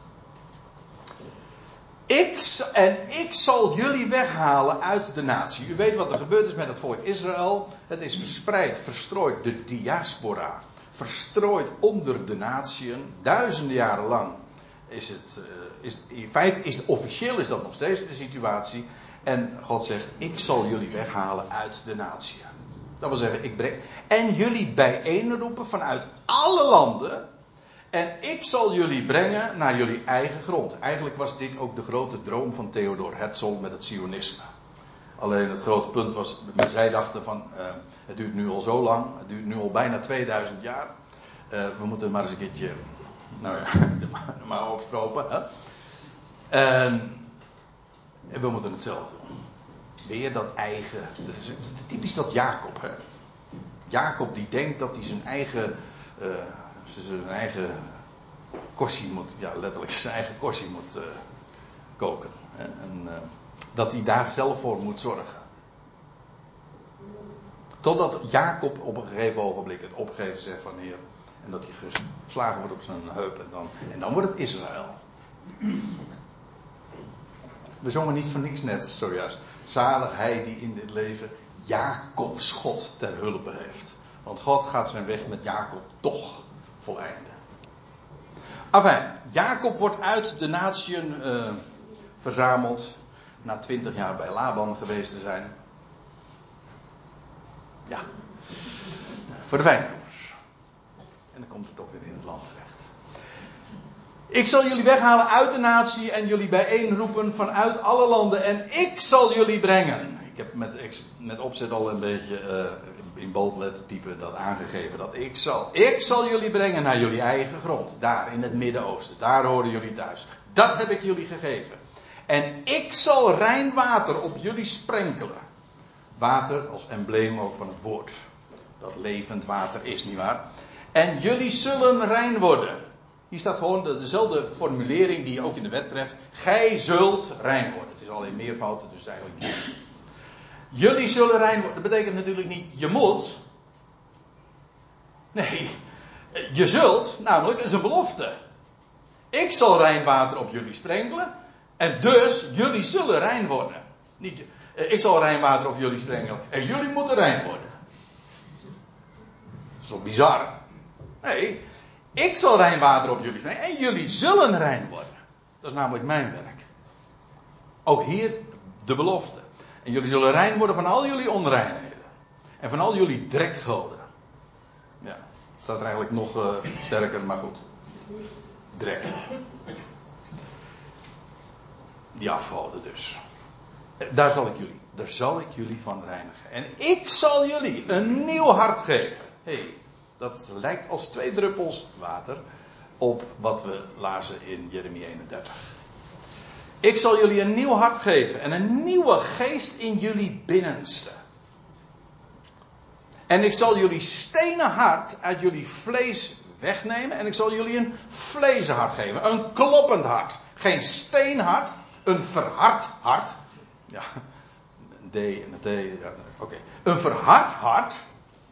Ik, en ik zal jullie weghalen uit de natie. U weet wat er gebeurd is met het volk Israël. Het is verspreid, verstrooid, de diaspora. Verstrooid onder de natieën. Duizenden jaren lang is het, uh, is, in feite is officieel is dat nog steeds de situatie. En God zegt, ik zal jullie weghalen uit de natieën. Dat wil zeggen, ik breng. En jullie bijeenroepen vanuit alle landen. En ik zal jullie brengen naar jullie eigen grond. Eigenlijk was dit ook de grote droom van Theodor Herzl met het Zionisme. Alleen het grote punt was, zij dachten van, uh, het duurt nu al zo lang. Het duurt nu al bijna tweeduizend jaar. Uh, we moeten maar eens een keertje, nou ja, er maar opstropen. Hè? En, en we moeten het zelf doen. Weer dat eigen, dat is typisch dat Jacob. Hè? Jacob die denkt dat hij zijn eigen, uh, zijn eigen kossie moet, ja letterlijk zijn eigen kossie moet uh, koken. Hè? En uh, dat hij daar zelf voor moet zorgen. Totdat Jacob op een gegeven ogenblik het opgeeft zegt van Heer. En dat hij geslagen wordt op zijn heup. En dan, en dan wordt het Israël. We zongen niet voor niks net zojuist. Zalig hij die in dit leven Jacobs God ter hulpe heeft. Want God gaat zijn weg met Jacob toch voleinden. Afijn, Jacob wordt uit de natieën uh, verzameld. Na twintig jaar bij Laban geweest te zijn. Ja. Voor de wijnproevers. En dan komt het toch weer in het land terecht. Ik zal jullie weghalen uit de natie en jullie bijeenroepen vanuit alle landen. En ik zal jullie brengen. Ik heb met, met opzet al een beetje uh, in boldlettertype dat aangegeven. Dat ik zal. Ik zal jullie brengen naar jullie eigen grond. Daar in het Midden-Oosten. Daar horen jullie thuis. Dat heb ik jullie gegeven. En ik zal rein water op jullie sprenkelen. Water als embleem ook van het woord. Dat levend water is, nietwaar? En jullie zullen rein worden. Hier staat gewoon dezelfde formulering die je ook in de wet treft. Gij zult rein worden. Het is alleen meervoud, dus eigenlijk niet. Jullie zullen rein worden. Dat betekent natuurlijk niet je moet. Nee, je zult, namelijk, dat is een belofte. Ik zal rein water op jullie sprenkelen. En dus, jullie zullen rein worden. Niet, ik zal rein water op jullie sprenkelen. En jullie moeten rein worden. Dat is toch bizar? Nee, ik zal rein water op jullie sprenkelen. En jullie zullen rein worden. Dat is namelijk mijn werk. Ook hier de belofte. En jullie zullen rein worden van al jullie onreinheden. En van al jullie drekgoden. Ja, het staat er eigenlijk nog uh, sterker, maar goed. Drek. Die afgoden dus. Daar zal ik jullie, daar zal ik jullie van reinigen. En ik zal jullie een nieuw hart geven. Hé, hey, dat lijkt als twee druppels water op wat we lazen in Jeremia eenendertig. Ik zal jullie een nieuw hart geven en een nieuwe geest in jullie binnenste. En ik zal jullie stenen hart uit jullie vlees wegnemen en ik zal jullie een vleeshart geven. Een kloppend hart. Geen steenhart, een verhard hart. Ja, een D en een T. Ja, Oké. Okay. Een verhard hart.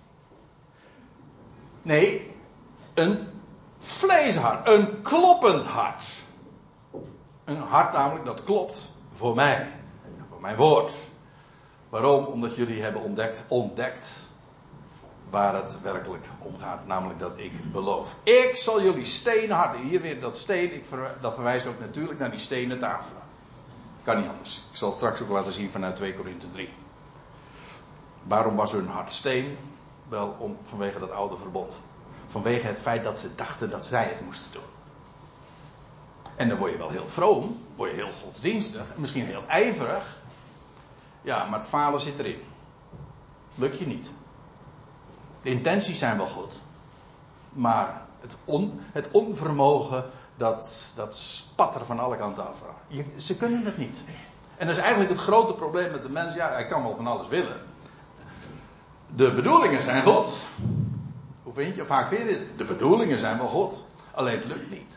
Nee, een vleeshart. Een kloppend hart. Een hart namelijk dat klopt voor mij. Voor mijn woord. Waarom? Omdat jullie hebben ontdekt, ontdekt waar het werkelijk om gaat. Namelijk dat ik beloof. Ik zal jullie stenen harten. Hier weer dat steen. Ik ver, dat verwijst ook natuurlijk naar die stenen tafelen. Kan niet anders. Ik zal het straks ook laten zien vanuit twee Korinthe drie. Waarom was hun hart steen? Wel om, vanwege dat oude verbond. Vanwege het feit dat ze dachten dat zij het moesten doen. En dan word je wel heel vroom. Word je heel godsdienstig. Misschien heel ijverig. Ja, maar het falen zit erin. Lukt je niet. De intenties zijn wel goed. Maar het, on, het onvermogen, dat, dat spat er van alle kanten af. Je, ze kunnen het niet. En dat is eigenlijk het grote probleem met de mens. Ja, hij kan wel van alles willen. De bedoelingen zijn goed. Hoe vind je? Vaak vind je dit. De bedoelingen zijn wel goed. Alleen het lukt niet.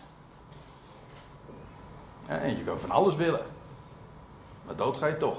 En je kan van alles willen. Maar dood ga je toch.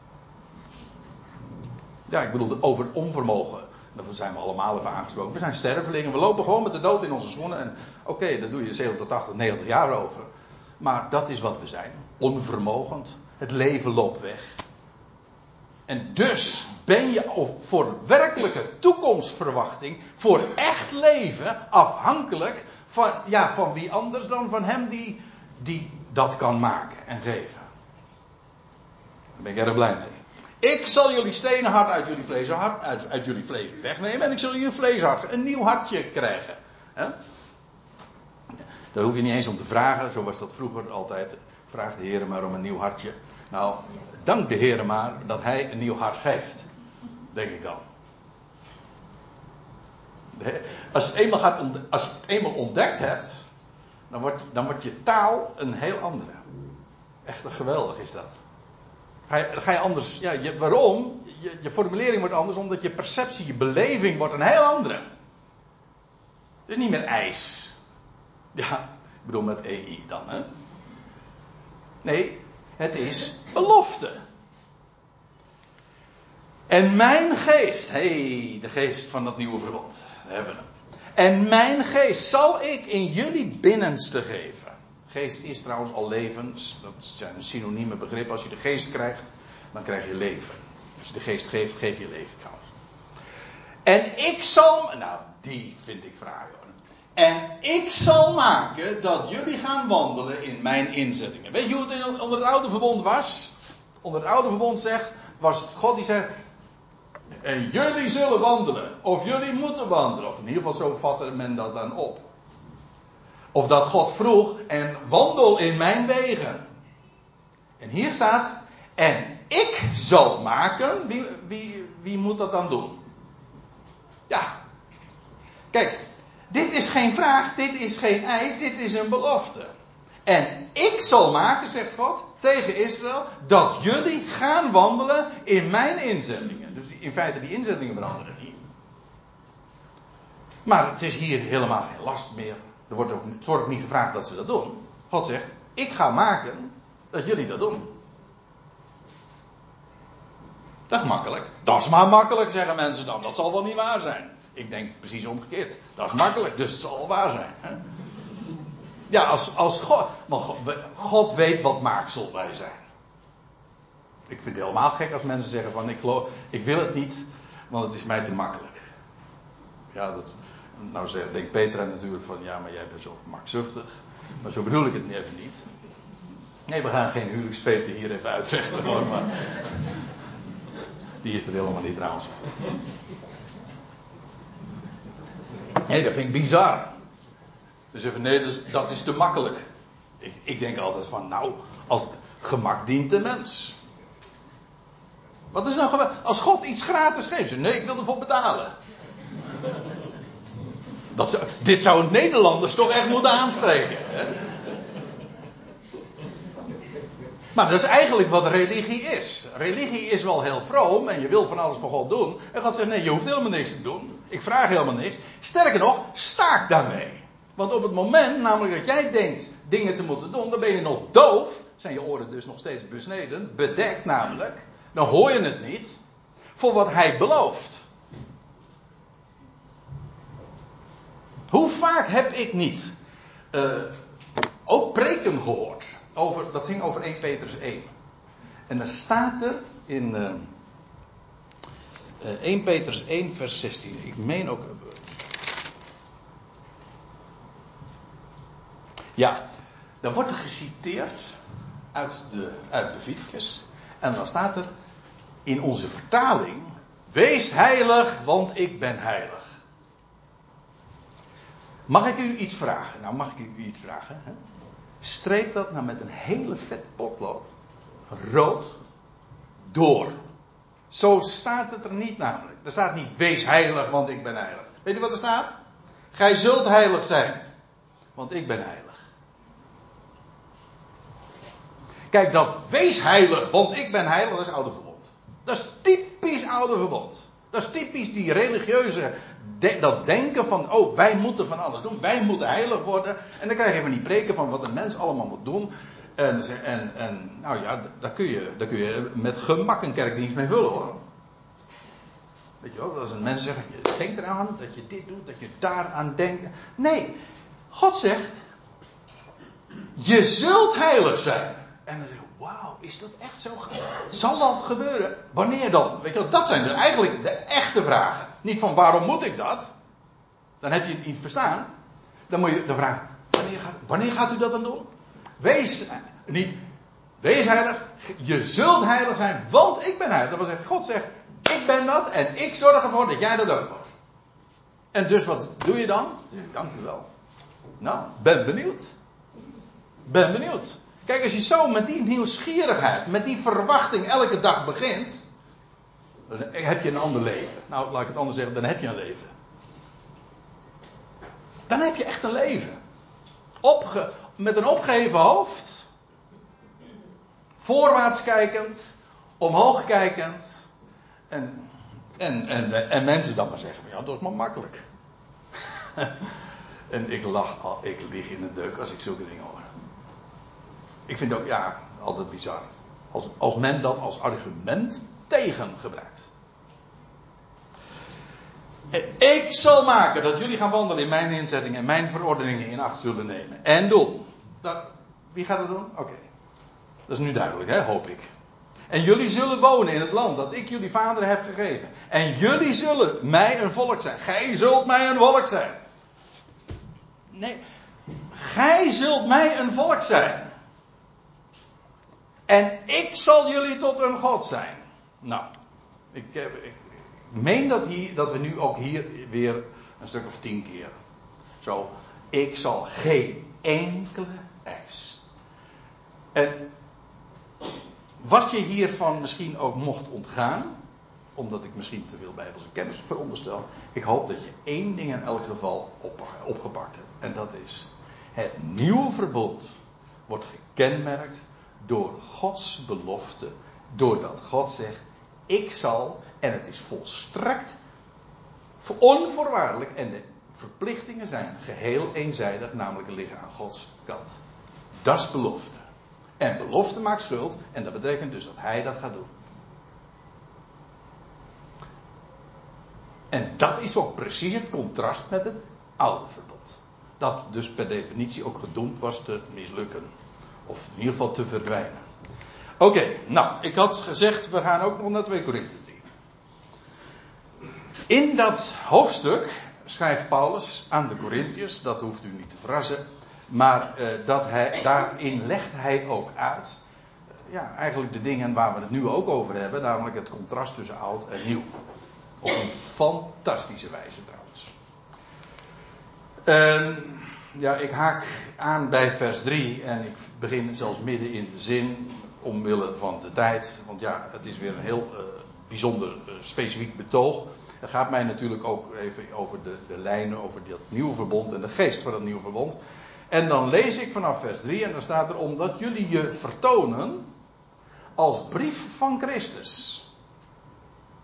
Ja, ik bedoel over onvermogen. Daar zijn we allemaal even aangesproken. We zijn stervelingen. We lopen gewoon met de dood in onze schoenen. En oké, okay, daar doe je zeventig, tachtig, negentig jaar over. Maar dat is wat we zijn. Onvermogend. Het leven loopt weg. En dus ben je voor werkelijke toekomstverwachting, voor echt leven, afhankelijk van, ja, van wie anders dan van hem die, die dat kan maken en geven. Daar ben ik erg blij mee. Ik zal jullie stenen hart uit jullie vlees, hart, uit, uit jullie vlees wegnemen en ik zal jullie een vleeshart, een nieuw hartje krijgen. He? Daar hoef je niet eens om te vragen, zo was dat vroeger altijd. Vraag de Heer maar om een nieuw hartje. Nou, dank de Heer maar dat Hij een nieuw hart geeft. Denk ik dan. Als je het eenmaal, gaat ontde- als je het eenmaal ontdekt hebt, dan wordt, dan wordt je taal een heel andere. Echt geweldig is dat. Ga je, ga je anders, ja, je, waarom? Je, je formulering wordt anders omdat je perceptie, je beleving wordt een heel andere. Het is niet meer ijs. Ja, ik bedoel met E I dan, hè. Nee, het is belofte. En mijn geest, hé, hey, de geest van dat nieuwe verbond, we hebben hem. En mijn geest zal ik in jullie binnenste geven. Geest is trouwens al levens, dat zijn synonieme begrippen. Als je de geest krijgt, dan krijg je leven. Als je de geest geeft, geef je leven trouwens. En ik zal, nou die vind ik fraai hoor. En ik zal maken dat jullie gaan wandelen in mijn inzettingen. Weet je hoe het in, onder het oude verbond was? Onder het oude verbond zegt, was het God die zegt, en jullie zullen wandelen. Of jullie moeten wandelen. Of in ieder geval zo vatte men dat dan op. Of dat God vroeg, en wandel in mijn wegen. En hier staat, en ik zal maken, wie, wie, wie moet dat dan doen? Ja. Kijk, dit is geen vraag, dit is geen eis, dit is een belofte. En ik zal maken, zegt God, tegen Israël, dat jullie gaan wandelen in mijn inzettingen. Dus in feite die inzettingen veranderen niet. Maar het is hier helemaal geen last meer. Er wordt ook, het wordt ook niet gevraagd dat ze dat doen. God zegt, ik ga maken dat jullie dat doen. Dat is makkelijk. Dat is maar makkelijk, zeggen mensen dan. Dat zal wel niet waar zijn. Ik denk precies omgekeerd. Dat is makkelijk, dus het zal wel waar zijn. Hè? Ja, als, als God... Maar God, God weet wat maaksel wij zijn. Ik vind het helemaal gek als mensen zeggen van... Ik, geloof, ik wil het niet, want het is mij te makkelijk. Ja, dat... Nou denkt Petra natuurlijk van... Ja, maar jij bent zo gemakzuchtig. Maar zo bedoel ik het even niet. Nee, we gaan geen huwelijkspeter hier even uitvechten hoor, maar... Die is er helemaal niet trouwens. Nee, dat vind ik bizar. Dus even, nee, dus, dat is te makkelijk. Ik, ik denk altijd van, nou, als gemak dient de mens. Wat is nou gewoon, als God iets gratis geeft? Nee, ik wil ervoor betalen. Dat zou, dit zou Nederlanders toch echt moeten aanspreken. Hè? Maar dat is eigenlijk wat religie is. Religie is wel heel vroom en je wil van alles voor God doen. En God zegt, nee, je hoeft helemaal niks te doen. Ik vraag helemaal niks. Sterker nog, staak daarmee. Want op het moment, namelijk dat jij denkt dingen te moeten doen, dan ben je nog doof. Zijn je oren dus nog steeds besneden, bedekt namelijk. Dan hoor je het niet. Voor wat hij belooft. Hoe vaak heb ik niet uh, ook preken gehoord. Over, dat ging over Eerste Petrus één. En dan staat er in uh, uh, Eerste Petrus één vers zestien. Ik meen ook... Ja, dan wordt er geciteerd uit de, uit Leviticus. En dan staat er in onze vertaling: wees heilig, want ik ben heilig. Mag ik u iets vragen? Nou, mag ik u iets vragen? Hè? Streep dat nou met een hele vet potlood, rood, door. Zo staat het er niet namelijk. Er staat niet, wees heilig, want ik ben heilig. Weet u wat er staat? Gij zult heilig zijn, want ik ben heilig. Kijk, dat wees heilig, want ik ben heilig, dat is oude verbond. Dat is typisch oude verbond. Dat is typisch die religieuze, de, dat denken van, oh, wij moeten van alles doen, wij moeten heilig worden. En dan krijg je van die preken van wat een mens allemaal moet doen. En, en, en nou ja, daar kun, je, daar kun je met gemak een kerkdienst mee vullen, hoor. Weet je wel, als een mens zegt, denk eraan dat je dit doet, dat je daaraan denkt. Nee, God zegt, je zult heilig zijn. En dan zeg je, wauw, is dat echt zo? Zal dat gebeuren? Wanneer dan? Weet je wel, dat zijn dus eigenlijk de echte vragen. Niet van waarom moet ik dat? Dan heb je het niet verstaan. Dan moet je de vraag, wanneer gaat, wanneer gaat u dat dan doen? Wees, niet, wees heilig. Je zult heilig zijn, want ik ben heilig. Dat wil zeggen, God zegt, ik ben dat en ik zorg ervoor dat jij dat ook wordt. En dus wat doe je dan? Dank u wel. Nou, ben benieuwd. Ben benieuwd. Kijk, als je zo met die nieuwsgierigheid, met die verwachting elke dag begint, dan heb je een ander leven. Nou, laat ik het anders zeggen, dan heb je een leven. Dan heb je echt een leven. Opge, met een opgeheven hoofd, voorwaarts kijkend, omhoog kijkend, en, en, en, en mensen dan maar zeggen, ja, dat is maar makkelijk. En ik lach, ik lig in de deuk als ik zulke dingen hoor. Ik vind het ook, ja, altijd bizar. Als, als men dat als argument tegen gebruikt. Ik zal maken dat jullie gaan wandelen in mijn inzettingen en mijn verordeningen in acht zullen nemen. En doen. Dat, wie gaat dat doen? Oké. Okay. Dat is nu duidelijk, hè, hoop ik. En jullie zullen wonen in het land dat ik jullie vader heb gegeven. En jullie zullen mij een volk zijn. Gij zult mij een volk zijn. Nee. Gij zult mij een volk zijn. En ik zal jullie tot een God zijn. Nou, ik, ik, ik meen dat, hier, dat we nu ook hier weer een stuk of tien keer. Zo, ik zal geen enkele eis. En wat je hiervan misschien ook mocht ontgaan, omdat ik misschien te veel Bijbelse kennis veronderstel, ik hoop dat je één ding in elk geval op, opgepakt hebt. En dat is, het nieuwe verbond wordt gekenmerkt door Gods belofte. Doordat God zegt, ik zal, en het is volstrekt onvoorwaardelijk. En de verplichtingen zijn geheel eenzijdig, namelijk liggen aan Gods kant. Dat is belofte. En belofte maakt schuld. En dat betekent dus dat hij dat gaat doen. En dat is ook precies het contrast met het oude verbond. Dat dus per definitie ook gedoemd was te mislukken. Of in ieder geval te verdwijnen. Oké, okay, nou, ik had gezegd, we gaan ook nog naar twee Korinthe drie. In dat hoofdstuk schrijft Paulus aan de Korinthiërs, dat hoeft u niet te verrassen, maar uh, dat hij, daarin legt hij ook uit, uh, ja, eigenlijk de dingen waar we het nu ook over hebben, namelijk het contrast tussen oud en nieuw. Op een fantastische wijze trouwens. Uh, ja, ik haak aan bij vers drie en ik begin zelfs midden in de zin, omwille van de tijd, want ja, het is weer een heel uh, bijzonder uh, specifiek betoog. Het gaat mij natuurlijk ook even over de, de lijnen, over dat nieuwe verbond en de geest van dat nieuwe verbond. En dan lees ik vanaf vers drie en dan staat er, omdat jullie je vertonen als brief van Christus.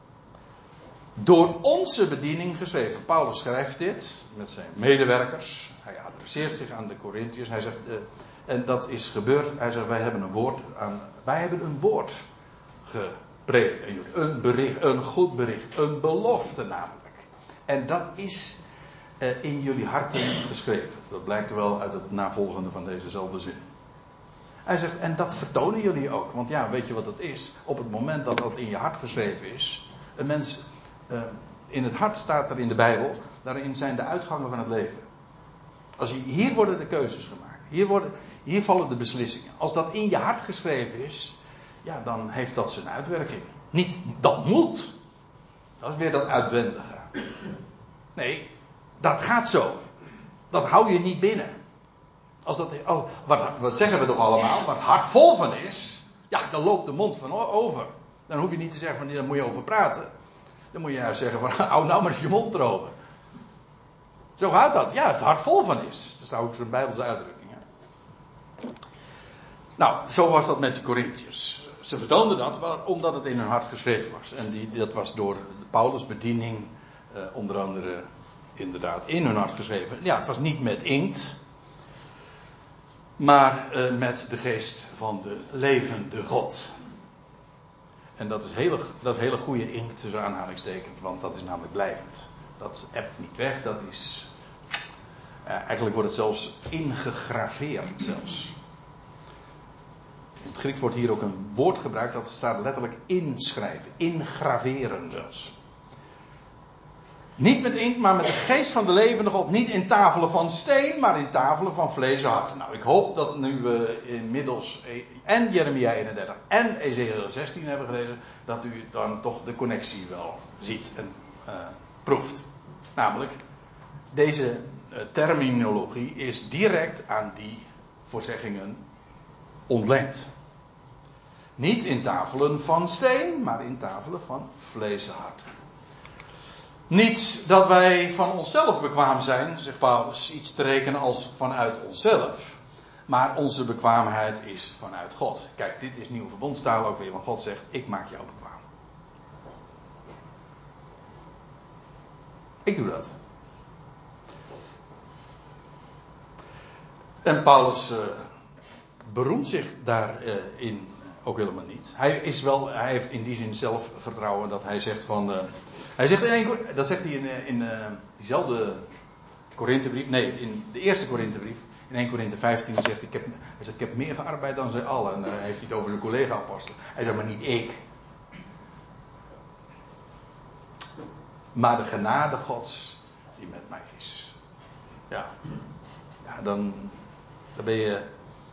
Door onze bediening geschreven. Paulus schrijft dit met zijn medewerkers. hij adresseert zich aan de Corinthiërs. Hij zegt, uh, en dat is gebeurd. Hij zegt, wij hebben een woord aan, wij hebben een woord gepredikt aan jullie. Een bericht, een goed bericht, een belofte namelijk. En dat is uh, in jullie harten geschreven. Dat blijkt wel uit het navolgende van dezezelfde zin. Hij zegt, en dat vertonen jullie ook. Want ja, weet je wat het is? Op het moment dat dat in je hart geschreven is. Een mens, uh, in het hart staat er in de Bijbel. Daarin zijn de uitgangen van het leven. Als je, hier worden de keuzes gemaakt. Hier, worden, hier vallen de beslissingen. Als dat in je hart geschreven is. Ja, dan heeft dat zijn uitwerking. Niet, dat moet. Dat is weer dat uitwendige. Nee, dat gaat zo. Dat hou je niet binnen. Als dat, oh, wat, wat zeggen we toch allemaal? Wat hart vol van is. Ja, dan loopt de mond van over. Dan hoef je niet te zeggen van, daar moet je over praten. Dan moet je juist zeggen van, hou nou maar eens je mond erover. Zo gaat dat. Ja, als het hart vol van is. Dat is ook zo'n Bijbelse uitdrukking. Hè? Nou, zo was dat met de Corinthiërs. Ze vertoonden dat omdat het in hun hart geschreven was. En die, dat was door Paulus' bediening, eh, onder andere inderdaad in hun hart geschreven. Ja, het was niet met inkt. Maar uh, met de geest van de levende God. En dat is hele, dat is hele goede inkt tussen aanhalingstekens. Want dat is namelijk blijvend. Dat ebt niet weg. Dat is... Uh, eigenlijk wordt het zelfs ingegraveerd zelfs. In het Grieks wordt hier ook een woord gebruikt. Dat staat letterlijk inschrijven. Ingraveren zelfs. Niet met inkt, maar met de geest van de levende God. Niet in tafelen van steen, maar in tafelen van vlees en hart. Nou, ik hoop dat nu we inmiddels en Jeremia eenendertig en Ezekiel zestien hebben gelezen, dat u dan toch de connectie wel ziet en uh, proeft. Namelijk, deze uh, terminologie is direct aan die voorzeggingen ontleend. Niet in tafelen van steen, maar in tafelen van vlees en hart. Niet dat wij van onszelf bekwaam zijn, zegt Paulus, iets te rekenen als vanuit onszelf. Maar onze bekwaamheid is vanuit God. Kijk, dit is nieuw verbondstaal ook weer, want God zegt, ik maak jou bekwaam. Ik doe dat. En Paulus uh, beroemt zich daarin uh, ook helemaal niet. Hij is wel, hij heeft in die zin zelf vertrouwen dat hij zegt van... Uh, Hij zegt in een, dat zegt hij in, in uh, diezelfde Korinthebrief, nee, in de eerste Korinthebrief, in eerste Korinthe vijftien, hij zegt, ik heb, hij zegt, ik heb meer gearbeid dan zij allen. En dan heeft hij het over zijn collega-apostelen. Hij zegt, maar niet ik. Maar de genade Gods die met mij is. Ja, ja dan, dan ben je,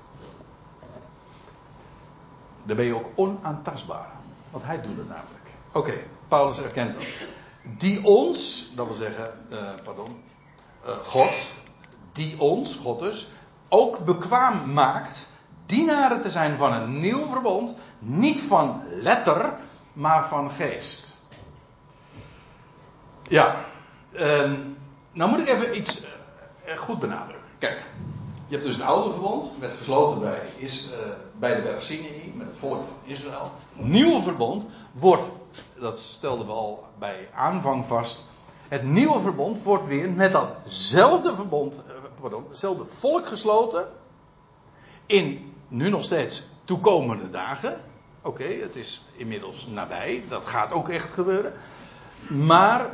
dan ben je ook onaantastbaar. Want hij doet het namelijk. Oké, okay, Paulus erkent dat. Die ons, dat wil zeggen, uh, pardon, uh, God, die ons, God dus, ook bekwaam maakt dienaren te zijn van een nieuw verbond, niet van letter, maar van geest. Ja, uh, nou moet ik even iets uh, goed benadrukken. Kijk, je hebt dus het oude verbond, werd gesloten bij, is, uh, bij de berg Sinai, met het volk van Israël. Nieuwe verbond wordt, dat stelden we al bij aanvang vast, het nieuwe verbond wordt weer met datzelfde verbond, uh, pardon, hetzelfde volk gesloten, in nu nog steeds toekomende dagen. Oké, okay, het is inmiddels nabij, dat gaat ook echt gebeuren. Maar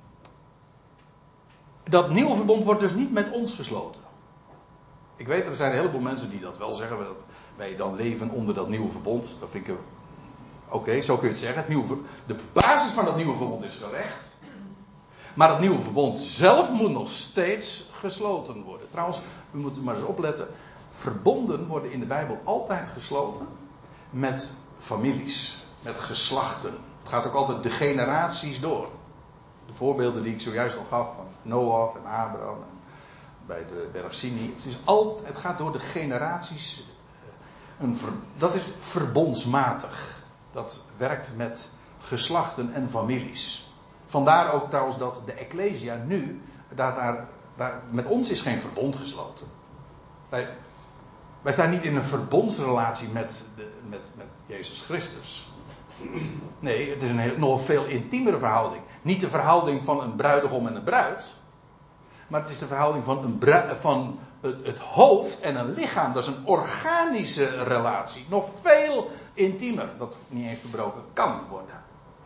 dat nieuwe verbond wordt dus niet met ons gesloten. Ik weet, er zijn een heleboel mensen die dat wel zeggen, dat wij dan leven onder dat nieuwe verbond. Dat vind ik, oké, okay, zo kun je het zeggen. Het nieuwe, de basis van dat nieuwe verbond is gelegd. Maar dat nieuwe verbond zelf moet nog steeds gesloten worden. Trouwens, we moeten maar eens opletten. Verbonden worden in de Bijbel altijd gesloten met families, met geslachten. Het gaat ook altijd de generaties door. De voorbeelden die ik zojuist al gaf van Noach en Abraham en bij de berg Sinai. Het, is altijd, het gaat door de generaties. Een ver, dat is verbondsmatig. Dat werkt met geslachten en families. Vandaar ook trouwens dat de Ecclesia nu, daar, daar, daar, met ons is geen verbond gesloten. Wij, wij staan niet in een verbondsrelatie met, de, met, met Jezus Christus. Nee, het is een heel, nog veel intiemere verhouding. Niet de verhouding van een bruidegom en een bruid. maar het is de verhouding van, een bra- van het, het hoofd en een lichaam. Dat is een organische relatie. Nog veel intiemer, dat niet eens verbroken kan worden.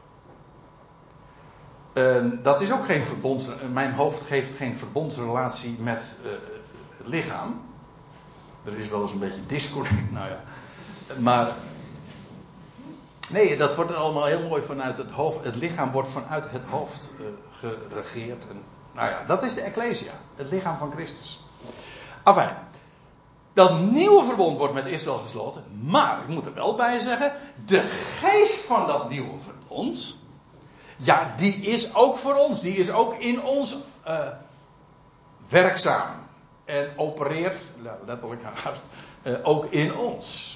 Uh, dat is ook geen verbonds... Mijn hoofd geeft geen verbondsrelatie met uh, het lichaam. Er is wel eens een beetje disconnect, nou ja. Maar... Nee, dat wordt allemaal heel mooi vanuit het hoofd. Het lichaam wordt vanuit het hoofd uh, geregeerd. En, nou ja, dat is de Ecclesia. Het lichaam van Christus. Afijn. Dat nieuwe verbond wordt met Israël gesloten. Maar, ik moet er wel bij zeggen. De geest van dat nieuwe verbond. Ja, die is ook voor ons. Die is ook in ons uh, werkzaam. En opereert, letterlijk haast, uh, ook in ons.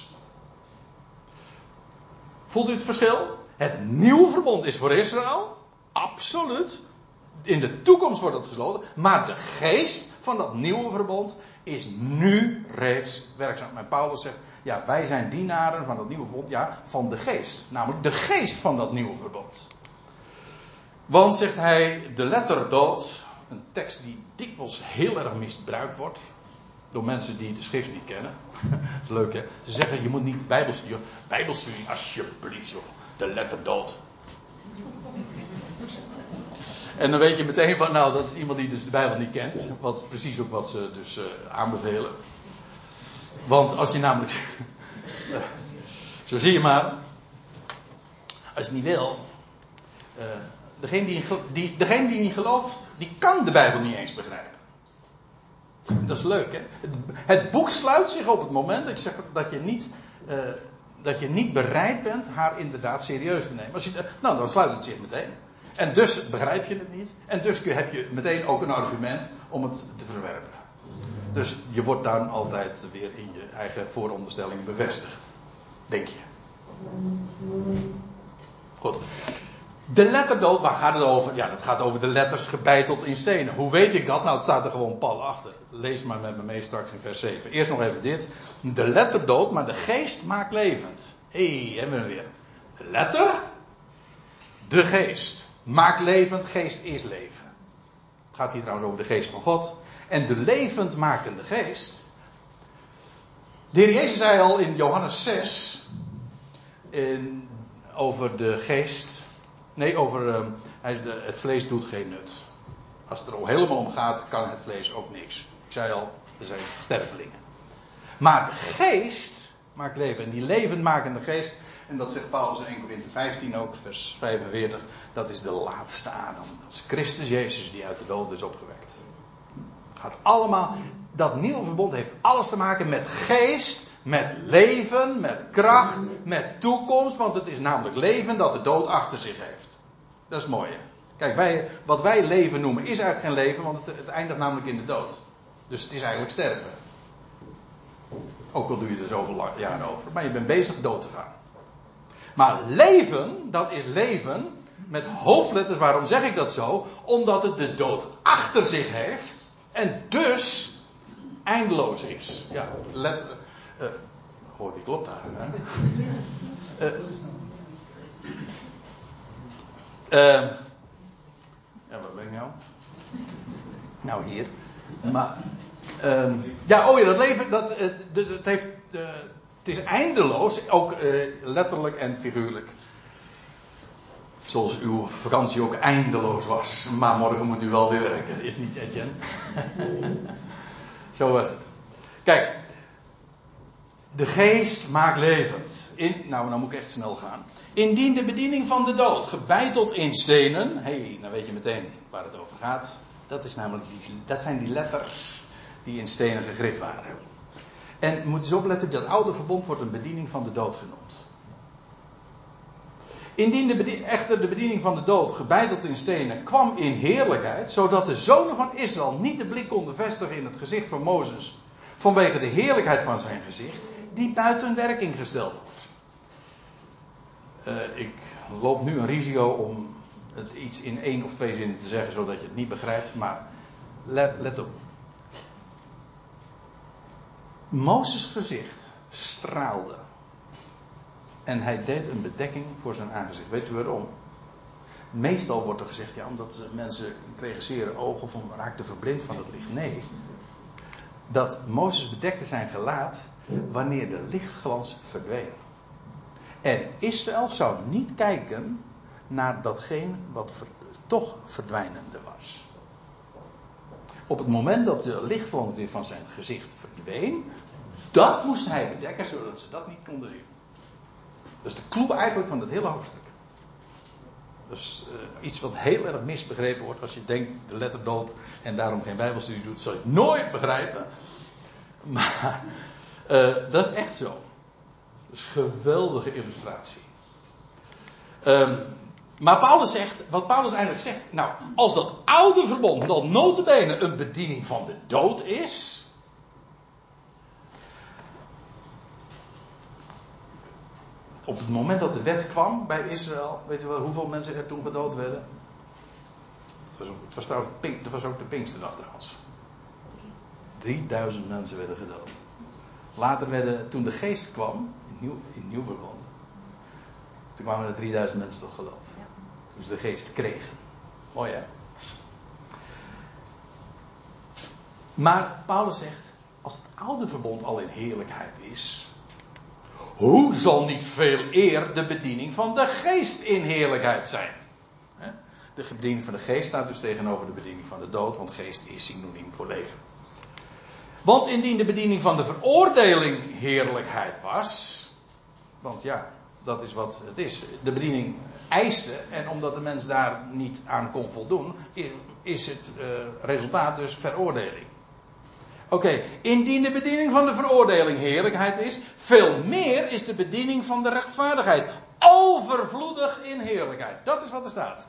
Voelt u het verschil? Het nieuwe verbond is voor Israël. Absoluut. In de toekomst wordt het gesloten. Maar de geest van dat nieuwe verbond is nu reeds werkzaam. En Paulus zegt, ja, wij zijn dienaren van dat nieuwe verbond. Ja, van de geest. Namelijk de geest van dat nieuwe verbond. Want, zegt hij, de letterdood, een tekst die dikwijls heel erg misbruikt wordt. Door mensen die de schrift niet kennen. Dat is leuk, hè? Ze zeggen, je moet niet bijbelstudie. Bijbelstudie, alsjeblieft, joh. De letterdood. En dan weet je meteen van, nou, dat is iemand die dus de Bijbel niet kent. Wat is precies ook wat ze dus uh, aanbevelen. Want als je namelijk... zo zie je maar. Als je niet wil... Uh, degene, die, die, degene die niet gelooft, die kan de Bijbel niet eens begrijpen. Dat is leuk, hè? Het, het boek sluit zich op het moment dat ik zeg dat je niet, uh, dat je niet bereid bent haar inderdaad serieus te nemen. Als je, nou, dan sluit het zich meteen. En dus begrijp je het niet. En dus heb je meteen ook een argument om het te verwerpen. Dus je wordt dan altijd weer in je eigen vooronderstellingen bevestigd. Denk je. Goed. De letterdood, waar gaat het over? Ja, dat gaat over de letters gebeiteld in stenen. Hoe weet ik dat? Nou, het staat er gewoon pal achter. Lees maar met me mee straks in vers zeven. Eerst nog even dit. De letterdood, maar de geest maakt levend. Hé, hey, hebben we weer. De letter, de geest. Maakt levend, geest is leven. Het gaat hier trouwens over de geest van God. En de levendmakende geest. De Heer Jezus zei al in Johannes zes. In, over de geest. Nee, over uh, hij is de, het vlees doet geen nut. Als het er al helemaal om gaat, kan het vlees ook niks. Ik zei al, er zijn stervelingen. Maar de geest maakt leven. En die levendmakende geest, en dat zegt Paulus in Eerste Korinthe vijftien ook, vers vijfenveertig, dat is de laatste Adam. Dat is Christus Jezus die uit de dood is opgewekt. Gaat allemaal, dat nieuwe verbond heeft alles te maken met geest, met leven, met kracht, met toekomst. Want het is namelijk leven dat de dood achter zich heeft. Dat is mooi, hè? Kijk, wij, wat wij leven noemen is eigenlijk geen leven, want het, het eindigt namelijk in de dood. Dus het is eigenlijk sterven. Ook al doe je er zoveel jaren over. Maar je bent bezig dood te gaan. Maar leven, dat is leven met hoofdletters. Waarom zeg ik dat zo? Omdat het de dood achter zich heeft. En dus eindeloos is. Ja, let... Uh, oh, die klopt daar. Hè? Uh, uh, ja, waar ben ik nou? Nou, hier. Maar... Uh, ja, oh ja, dat leven, dat, het, het, heeft, uh, het is eindeloos, ook uh, letterlijk en figuurlijk. Zoals uw vakantie ook eindeloos was. Maar morgen moet u wel weer werken, is niet Etienne? Zo was het. Kijk, de geest maakt levend. In, nou, nou moet ik echt snel gaan. Indien de bediening van de dood gebeiteld in stenen, hé, hey, dan weet je meteen waar het over gaat. Dat, is namelijk die, dat zijn die letters die in stenen gegrift waren. En moet eens opletten, dat oude verbond wordt een bediening van de dood genoemd. Indien de bediening, echter de bediening van de dood gebeiteld in stenen kwam in heerlijkheid, zodat de zonen van Israël niet de blik konden vestigen in het gezicht van Mozes, vanwege de heerlijkheid van zijn gezicht, die buiten werking gesteld wordt. Uh, ik loop nu een risico om het iets in één of twee zinnen te zeggen, zodat je het niet begrijpt, maar let, let op. Mozes' gezicht straalde. En hij deed een bedekking voor zijn aangezicht. Weet u waarom? Meestal wordt er gezegd, ja, omdat mensen kregen zere ogen of raakten verblind van het licht. Nee. Dat Mozes bedekte zijn gelaat wanneer de lichtglans verdween. En Israël zou niet kijken naar datgene wat ver, toch verdwijnende was. Op het moment dat de lichtglans weer van zijn gezicht verdween, dat moest hij bedekken, zodat ze dat niet konden zien. Dat is de clue eigenlijk van het hele hoofdstuk. Dat is uh, iets wat heel erg misbegrepen wordt als je denkt de letter dood en daarom geen bijbelstudie doet, zal je het nooit begrijpen. Maar uh, dat is echt zo. Dat is een geweldige illustratie. Um, maar Paulus zegt, wat Paulus eigenlijk zegt, nou, als dat oude verbond dan nota bene een bediening van de dood is, op het moment dat de wet kwam bij Israël, weet je wel hoeveel mensen er toen gedood werden? Het was ook, het was trouwens, het was ook de Pinksterdag trouwens. drieduizend mensen werden gedood. Later werden, toen de geest kwam, in nieuw, in nieuw verband, toen kwamen er drieduizend mensen tot geloof. Ja. Toen ze de geest kregen. Mooi hè? Maar Paulus zegt, als het oude verbond al in heerlijkheid is, hoe zal niet veel eer de bediening van de geest in heerlijkheid zijn? De bediening van de geest staat dus tegenover de bediening van de dood, want geest is synoniem voor leven. Want indien de bediening van de veroordeling heerlijkheid was, want ja, dat is wat het is. De bediening eiste, en omdat de mens daar niet aan kon voldoen, is het uh, resultaat dus veroordeling. Oké, okay, indien de bediening van de veroordeling heerlijkheid is, veel meer is de bediening van de rechtvaardigheid overvloedig in heerlijkheid. Dat is wat er staat.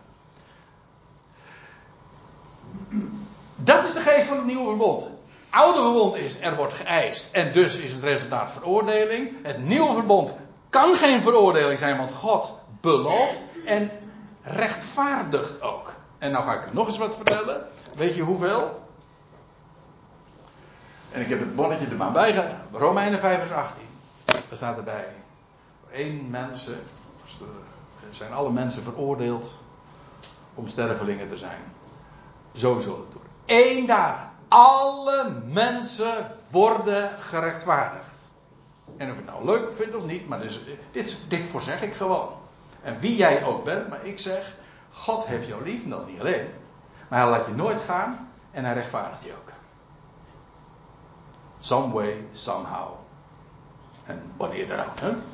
Dat is de geest van het nieuwe verbond. Oude verbond is, er wordt geëist en dus is het resultaat veroordeling. Het nieuwe verbond kan geen veroordeling zijn, want God belooft en rechtvaardigt ook. En nou ga ik u nog eens wat vertellen. Weet je hoeveel? En ik heb het bonnetje er maar bij gedaan. Romeinen vijf vers achttien. Daar staat erbij. Eén mensen, zijn alle mensen veroordeeld om stervelingen te zijn. Zo zullen het door één daad alle mensen worden gerechtvaardigd. En of je het nou leuk vindt of niet, maar dus, dit, dit voorzeg ik gewoon. En wie jij ook bent, maar ik zeg, God heeft jou lief, dat niet alleen. Maar hij laat je nooit gaan en hij rechtvaardigt je ook. Some way, somehow. En wanneer dan ook, hè?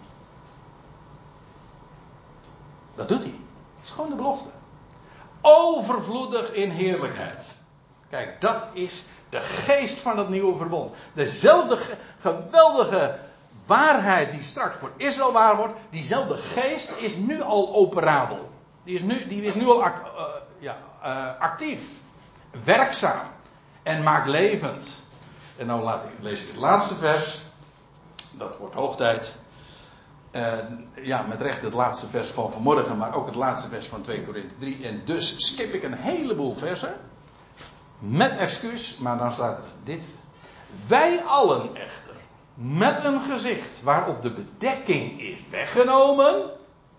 Dat doet hij. Dat is gewoon de belofte. Overvloedig in heerlijkheid. Kijk, dat is de geest van het nieuwe verbond. Dezelfde ge- geweldige waarheid die straks voor Israël waar wordt, diezelfde geest is nu al operabel. Die is nu, die is nu al ac- uh, ja, uh, actief, werkzaam en maakt levend. En nou laat ik, lees ik het laatste vers. Dat wordt hoog tijd. Uh, ja, met recht het laatste vers van vanmorgen, maar ook het laatste vers van twee Korinthe drie. En dus skip ik een heleboel versen. Met excuus, maar dan staat er dit. Wij allen echter, met een gezicht waarop de bedekking is weggenomen.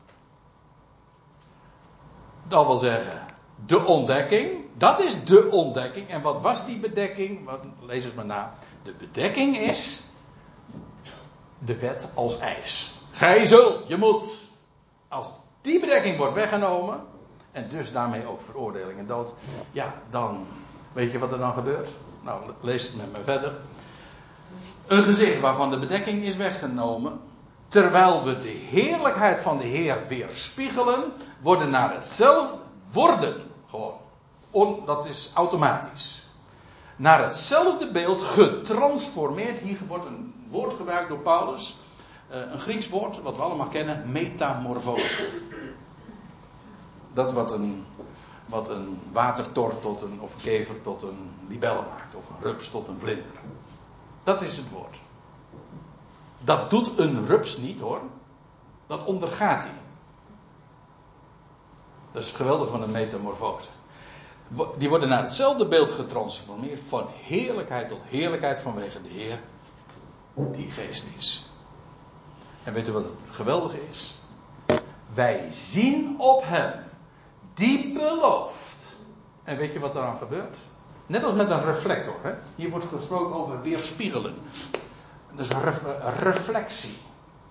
Dat wil zeggen, de ontdekking. Dat is de ontdekking. En wat was die bedekking? Lees het maar na. De bedekking is de wet als eis. Gij zult, je moet. Als die bedekking wordt weggenomen, en dus daarmee ook veroordeling en dood, ja, dan weet je wat er dan gebeurt? Nou, lees het met me verder. Een gezicht waarvan de bedekking is weggenomen, terwijl we de heerlijkheid van de Heer weerspiegelen, worden naar hetzelfde, worden gewoon, on, dat is automatisch, naar hetzelfde beeld getransformeerd. Hier wordt een woord gebruikt door Paulus, een Grieks woord, wat we allemaal kennen, metamorfose. Dat wat een, wat een watertor tot een, of een kever tot een libelle maakt, of een rups tot een vlinder. Dat is het woord. Dat doet een rups niet hoor. Dat ondergaat hij. Dat is het geweldige van een metamorfose. Die worden naar hetzelfde beeld getransformeerd, van heerlijkheid tot heerlijkheid, vanwege de Heer die geest is. En weet u wat het geweldige is? Wij zien op hem die belooft. En weet je wat er dan gebeurt? Net als met een reflector. Hè? Hier wordt gesproken over weerspiegelen. Dus een ref, reflectie.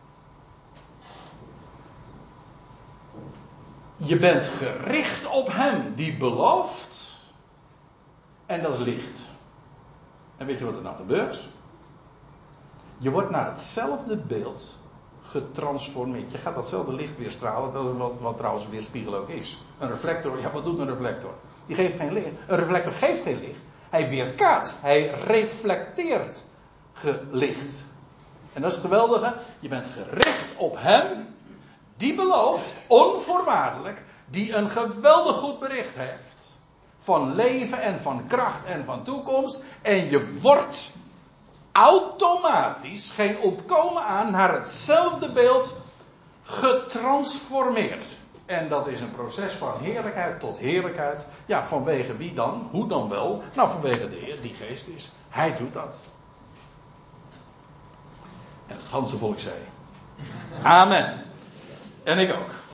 Je bent gericht op hem die belooft. En dat is licht. En weet je wat er dan gebeurt? Je wordt naar hetzelfde beeld getransformeerd. Je gaat datzelfde licht weer stralen. Dat is wat, wat trouwens weerspiegel ook is. Een reflector, ja, wat doet een reflector? Die geeft geen licht. Een reflector geeft geen licht. Hij weerkaatst. Hij reflecteert licht. En dat is het geweldige. Je bent gericht op hem die belooft, onvoorwaardelijk, die een geweldig goed bericht heeft. Van leven en van kracht en van toekomst. En je wordt automatisch, geen ontkomen aan, naar hetzelfde beeld getransformeerd. En dat is een proces van heerlijkheid tot heerlijkheid. Ja, vanwege wie dan? Hoe dan wel? Nou, vanwege de Heer die geest is. Hij doet dat. En het ganse volk zei: Amen. En ik ook.